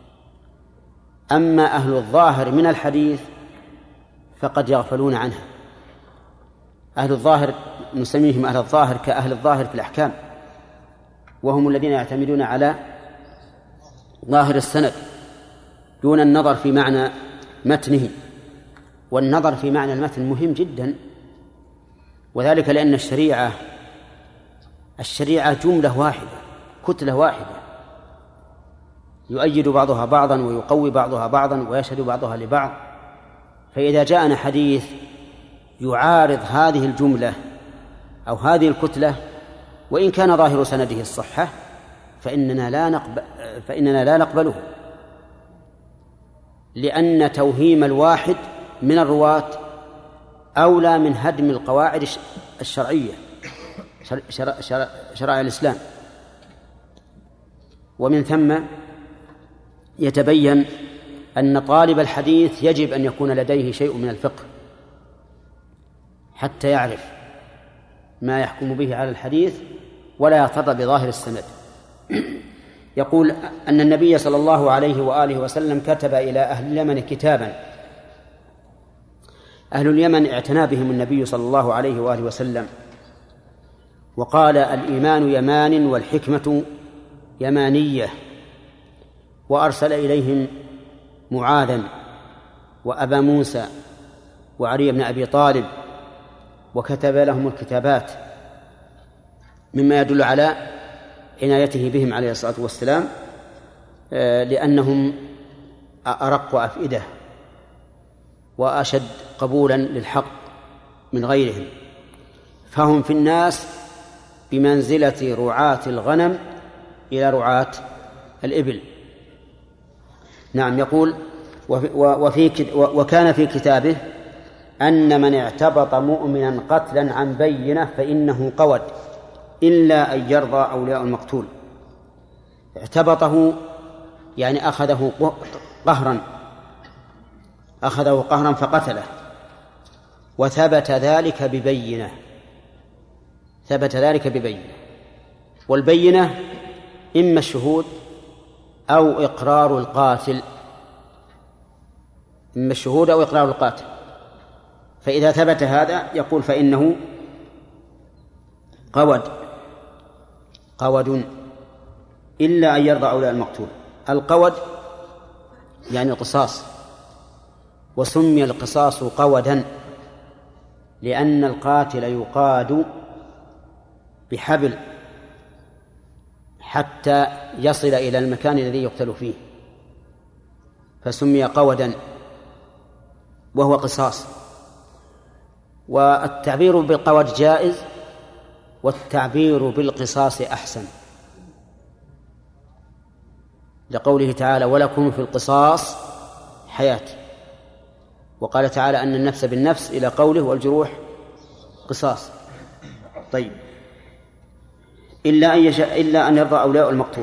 أما أهل الظاهر من الحديث فقد يغفلون عنها. أهل الظاهر نسميهم أهل الظاهر كأهل الظاهر في الأحكام، وهم الذين يعتمدون على ظاهر السند دون النظر في معنى متنه. والنظر في معنى المتن مهم جدا، وذلك لأن الشريعة جملة واحدة، كتلة واحدة، يؤيد بعضها بعضا ويقوي بعضها بعضا ويشهد بعضها لبعض. فإذا جاءنا حديث يعارض هذه الجملة أو هذه الكتلة وإن كان ظاهر سنده الصحة فإننا لا نقبله، لأن توهيم الواحد من الرواة أولى من هدم القواعد الشرعية شرائع الإسلام. ومن ثم يتبين أن طالب الحديث يجب أن يكون لديه شيء من الفقه حتى يعرف ما يحكم به على الحديث ولا يغتر بظاهر السند. يقول أن النبي صلى الله عليه وآله وسلم كتب إلى أهل اليمن كتابا. أهل اليمن اعتنى بهم النبي صلى الله عليه وآله وسلم وقال الإيمان يمان والحكمة يمانية، وأرسل إليهم معاذا وأبا موسى وعلي بن أبي طالب وكتب لهم الكتابات، مما يدل على عنايته بهم عليه الصلاة والسلام، لأنهم أرق أفئدة وأشد قبولا للحق من غيرهم، فهم في الناس بمنزلة رعاة الغنم إلى رعاة الإبل. نعم. يقول وكان في كتابه أن من اعتبط مؤمنا قتلا عن بينة فإنه قود إلا أن يرضى أولياء المقتول. اعتبطه يعني أخذه قهرا فقتله، وثبت ذلك ببينة، والبينة إما الشهود أو إقرار القاتل، فإذا ثبت هذا يقول فإنه قود إلا أن يرضى أولياء المقتول. القود يعني القصاص، وسمي القصاص قودا لأن القاتل يقاد بحبل حتى يصل إلى المكان الذي يقتل فيه، فسمي قودا وهو قصاص. والتعبير بالقود جائز، والتعبير بالقصاص أحسن، لقوله تعالى ولكم في القصاص حياة، وقال تعالى أن النفس بالنفس إلى قوله والجروح قصاص. طيب، إلا أن يرضى أولياء المقتول.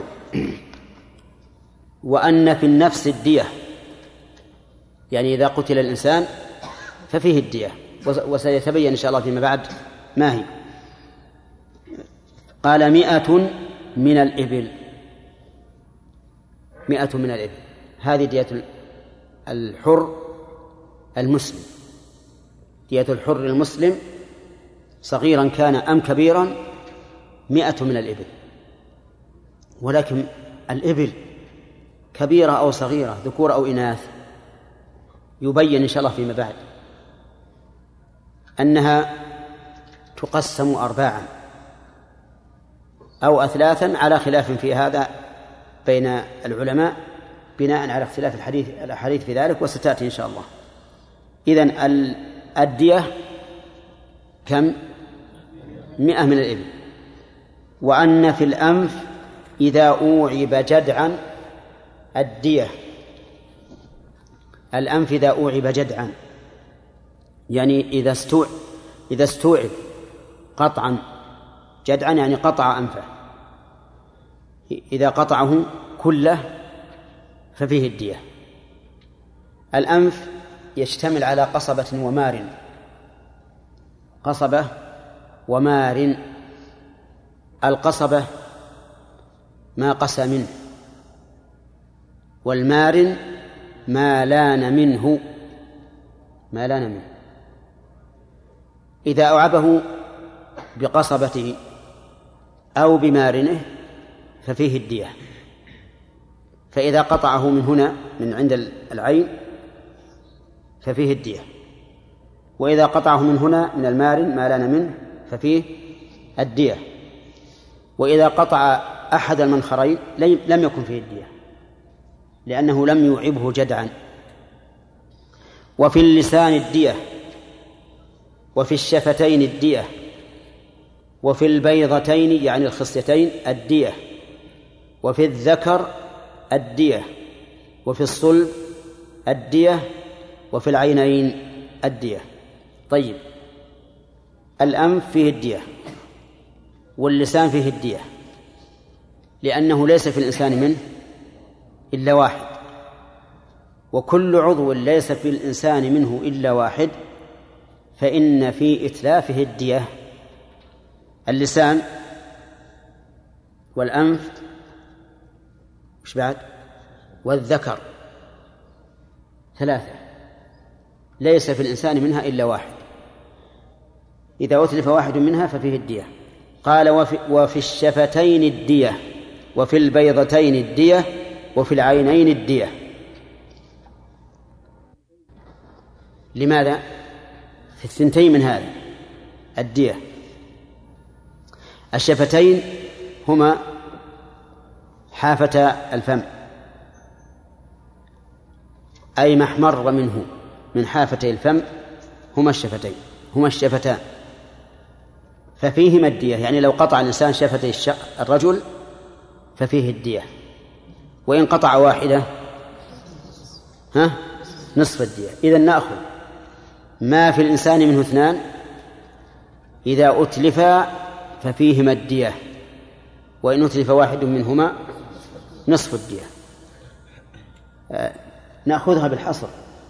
وأن في النفس الدية، يعني إذا قتل الإنسان ففيه الدية، وسيتبين إن شاء الله فيما بعد ما هي. قال 100 من الإبل، 100 من الإبل، هذه دية الحر المسلم، دية الحر المسلم صغيرا كان أم كبيرا 100 من الإبل. ولكن الإبل كبيرة أو صغيرة، ذكور أو إناث، يبين إن شاء الله فيما بعد أنها تقسم 4 أو 3 على خلاف في هذا بين العلماء بناء على اختلاف الأحاديث في ذلك، وستأتي إن شاء الله. إذن الدية كم؟ 100 من الإبل. وأن في الأنف إذا أوعب جدعا الدية، الأنف إذا أوعب جدعا، يعني إذا استوعب قطعا، جدعا يعني قطع أنفه، إذا قطعه كله ففيه الدية. الأنف يشتمل على قصبة ومار، قصبة ومار. القصبة ما قسى منه، والمار ما لان منه، ما لان منه. إذا أوعبه بقصبته أو بمارنه ففيه الدية. فإذا قطعه من هنا من عند العين ففيه الدية، وإذا قطعه من هنا من المارن ما لان منه ففيه الدية، وإذا قطع أحد المنخرين لم يكن فيه الدية لأنه لم يوعبه جدعا. وفي اللسان الدية، وفي الشفتين الدية، وفي البيضتين يعني الخصيتين الدية، وفي الذكر الدية، وفي الصلب الدية، وفي العينين الدية. طيب، الأنف فيه الدية واللسان فيه الدية، لأنه ليس في الإنسان منه إلا واحد، وكل عضو ليس في الإنسان منه إلا واحد فإن في إتلافه الدية. اللسان والأنف وش بعد؟ والذكر، 3 ليس في الإنسان منها إلا واحد، إذا أتلف واحد منها ففيه الدية. قال وفي الشفتين الدية، وفي البيضتين الدية، وفي العينين الدية. لماذا؟ في 2 من هذه الدية. الشفتين هما حافتا الفم، أي ما احمر منه من حافتي الفم هما الشفتين، هما الشفتان، ففيهما الدية. يعني لو قطع الإنسان شفتي الرجل ففيه الدية، وإن قطع واحدة نصف الدية. إذن نأخذ ما في الإنسان منه 2 إذا أتلفا ففيهما الدية، وإن أتلف واحد منهما نصف الدية. نأخذها بالحصر: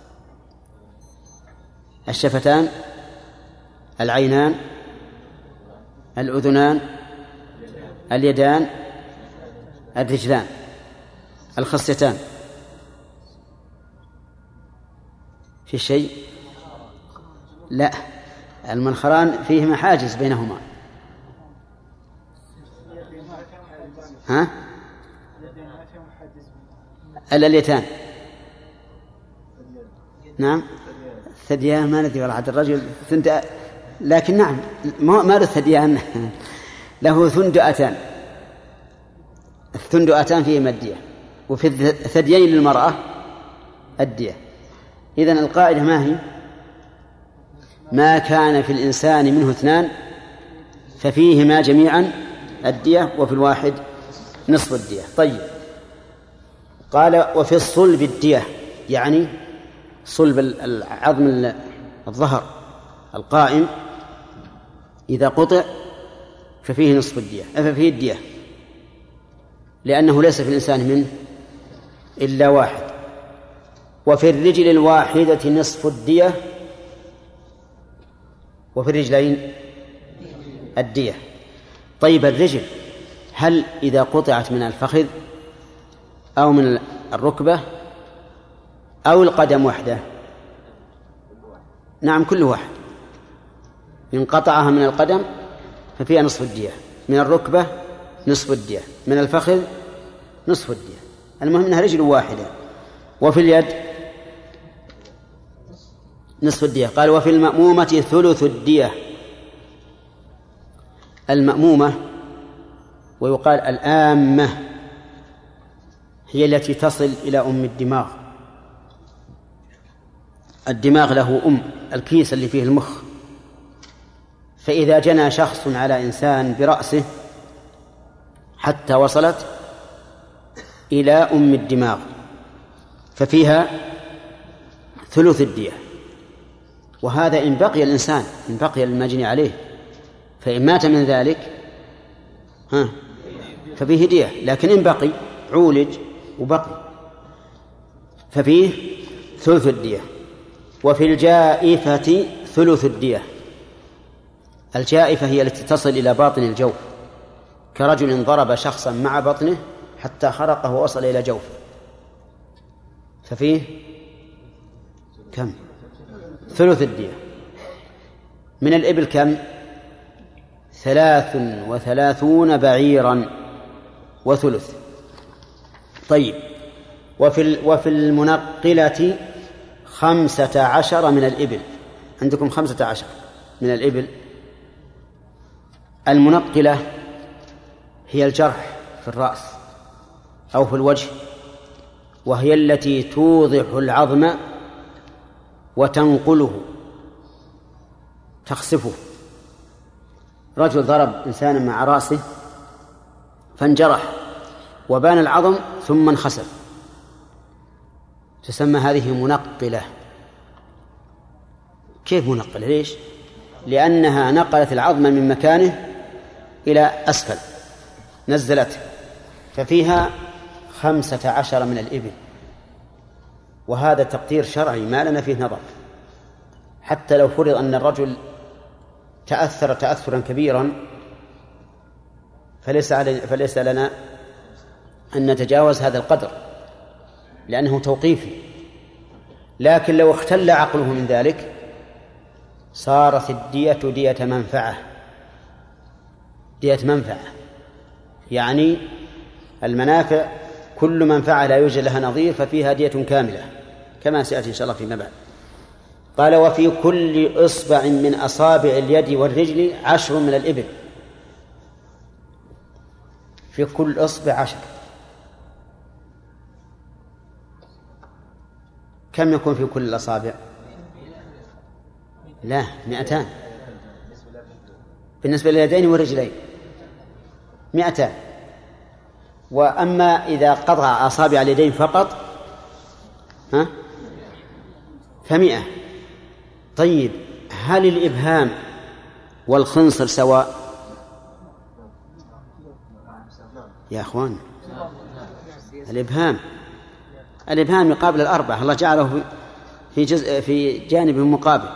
الشفتان، العينان، الأذنان، اليدان، الرجلان، الخصيتان. في شيء؟ لا، المنخران فيهما حاجز بينهما. اليتان، نعم. الثديان ما ندري والله عاد الرجل لكن نعم ما له الثديان له ثندؤتان، الثندؤتان فيهما الدية، وفي الثديين للمرأة الدية. إذن القاعدة ما هي؟ ما كان في الإنسان منه اثنان ففيهما جميعا الدية، وفي الواحد نصف الدية. طيب، قال وفي الصلب الدية، يعني صلب العظم الظهر القائم إذا قطع ففيه نصف الدية، ففيه الدية، لأنه ليس في الإنسان منه إلا واحد. وفي الرجل الواحدة نصف الدية، وفي الرجلين الدية. طيب، الرجل هل إذا قطعت من الفخذ أو من الركبة أو القدم وحده؟ نعم، كل واحد. إن قطعها من القدم ففيها نصف الدية، من الركبة نصف الدية، من الفخذ نصف الدية. المهم أنها رجل واحدة. وفي اليد نصف الدية. قال وفي المأمومة ثلث الدية. المأمومة ويقال الآمة هي التي تصل إلى أم الدماغ. الدماغ له الكيس اللي فيه المخ، فإذا جنى شخص على إنسان برأسه حتى وصلت إلى أم الدماغ ففيها ثلث الدية. وهذا إن بقي الإنسان، إن بقي المجني عليه، فإن مات من ذلك ففيه دية، لكن إن بقي عولج وبقي ففيه ثلث الدية. وفي الجائفة ثلث الدية. الجائفة هي التي تصل إلى باطن الجوف، كرجل ضرب شخصا مع بطنه حتى خرقه ووصل إلى جوفه، ففيه كم؟ ثلث الدية. من الإبل كم؟ 33 بعيرا وثلث. طيب، وفي المنقلة 15 من الإبل. عندكم 15 من الإبل. المنقلة هي الجرح في الرأس أو في الوجه، وهي التي توضح العظم وتنقله، تخسفه. رجل ضرب إنسانا مع رأسه فانجرح وبان العظم ثم انخسف، تسمى هذه منقلة. كيف منقلة؟ ليش؟ لأنها نقلت العظم من مكانه إلى أسفل، نزلته، ففيها 15 من الإبل. وهذا تقدير شرعي ما لنا فيه نظر. حتى لو فرض أن الرجل تأثر تأثرا كبيرا فليس لنا أن نتجاوز هذا القدر لأنه توقيفي. لكن لو اختل عقله من ذلك صارت الدية دية منفعة. دية منفعة يعني المنافع كل منفعة لا يوجد لها نظير ففيها دية كاملة، كما سيأتي إن شاء الله فيما بعد. قال وفي كل إصبع من أصابع اليد والرجل 10 من الإبل. في كل إصبع 10. كم يكون في كل الأصابع؟ لا، 200 بالنسبة لليدين والرجلين 200. وأما إذا قطع أصابع اليدين فقط ف100. طيب، هل الإبهام والخنصر سواء يا أخوان؟ الإبهام يقابل الأربعة، الله جعله في جانب مقابل.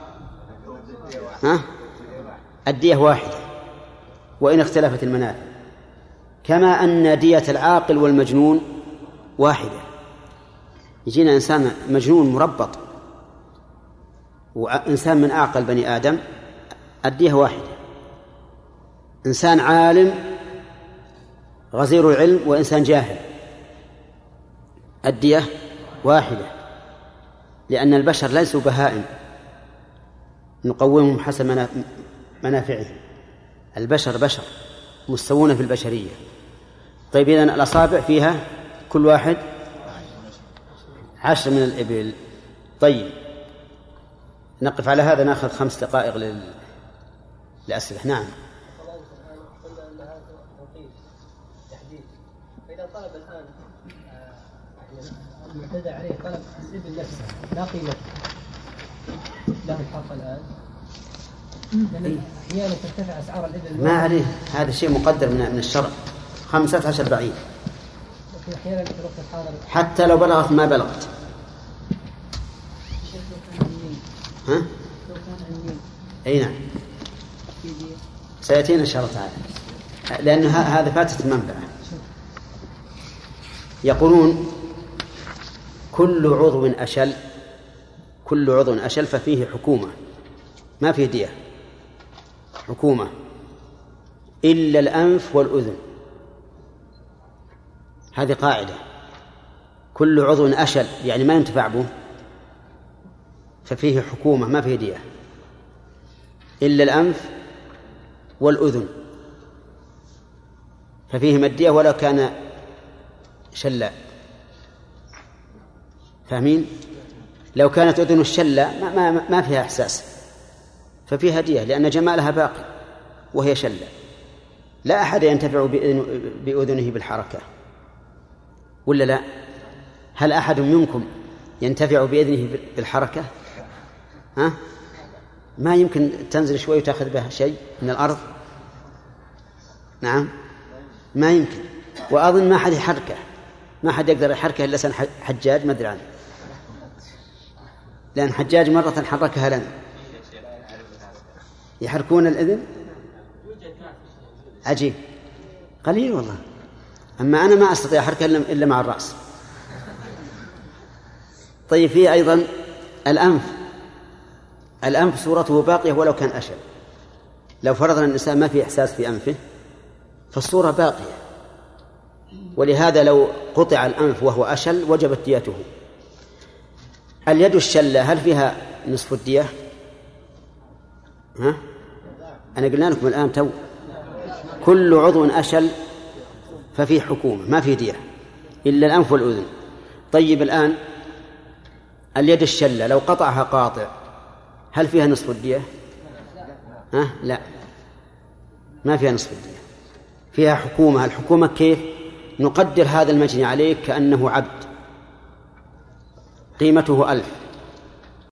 الدية واحدة وإن اختلفت المنافع، كما أن دية العاقل والمجنون واحدة. يجينا إنسان مجنون مربط وإنسان من أعقل بني آدم، الدية واحدة. إنسان عالم غزير العلم وإنسان جاهل، الدية واحدة، لأن البشر ليسوا بهائم نقومهم حسب منافعهم. البشر بشر مستوون في البشرية. طيب إذن الأصابع فيها كل واحد 10 من الإبل. طيب نقف على هذا، نأخذ 5 دقائق لأسئلة. نعم. فإذا طلب الآن المعتدى عليه طلب الإبل نفسها لا قيمة له الحق الآن، لأن أحيانا ترتفع أسعار الإبل ما عليه، هذا شيء مقدر من الشرع، 15 بعير لكن أحيانا تروح الحاضر حتى لو بلغت ما بلغت. ها؟ أي نعم سيأتينا إن شاء الله تعالى، لأن هذا فاتت المنفعة. يقولون كل عضو أشل ففيه حكومة، ما فيه دية، حكومة إلا الأنف والأذن. هذه قاعدة، كل عضو أشل يعني ما ينتفع به ففيه حكومة ما فيه دية، إلا الأنف والأذن ففيهما الدية ولو كان شلا. فاهمين؟ لو كانت أذن الشلة ما فيها إحساس ففيها دية، لأن جمالها باقي وهي شلة. لا أحد ينتفع بأذنه بالحركة ولا لا؟ هل أحد منكم ينتفع بأذنه بالحركة؟ ها؟ ما يمكن تنزل شوي وتأخذ بها شيء من الأرض. نعم ما يمكن. وأظن ما حد يحركه، ما حد يقدر يحركه إلا سن حجاج، ما أدري عنه، لأن حجاج مرة حركها لنا. يحركون الإذن عجيب قليل والله. أما أنا ما أستطيع أحركها إلا مع الرأس. طيب فيه أيضا الأنف صورته باقية ولو كان أشل. لو فرضنا الإنسان ما في إحساس في أنفه فالصورة باقية، ولهذا لو قطع الأنف وهو أشل وجبت ديته. اليد الشلة هل فيها نصف الدية؟ ها؟ أنا قلنا لكم الآن كل عضو أشل ففيه حكومة ما فيه دية إلا الأنف والأذن. طيب الآن اليد الشلة لو قطعها قاطع هل فيها نصف الدية؟ ها؟ لا ما فيها نصف الدية، فيها حكومة. الحكومة كيف؟ نقدر هذا المجني عليك كأنه عبد قيمته 1000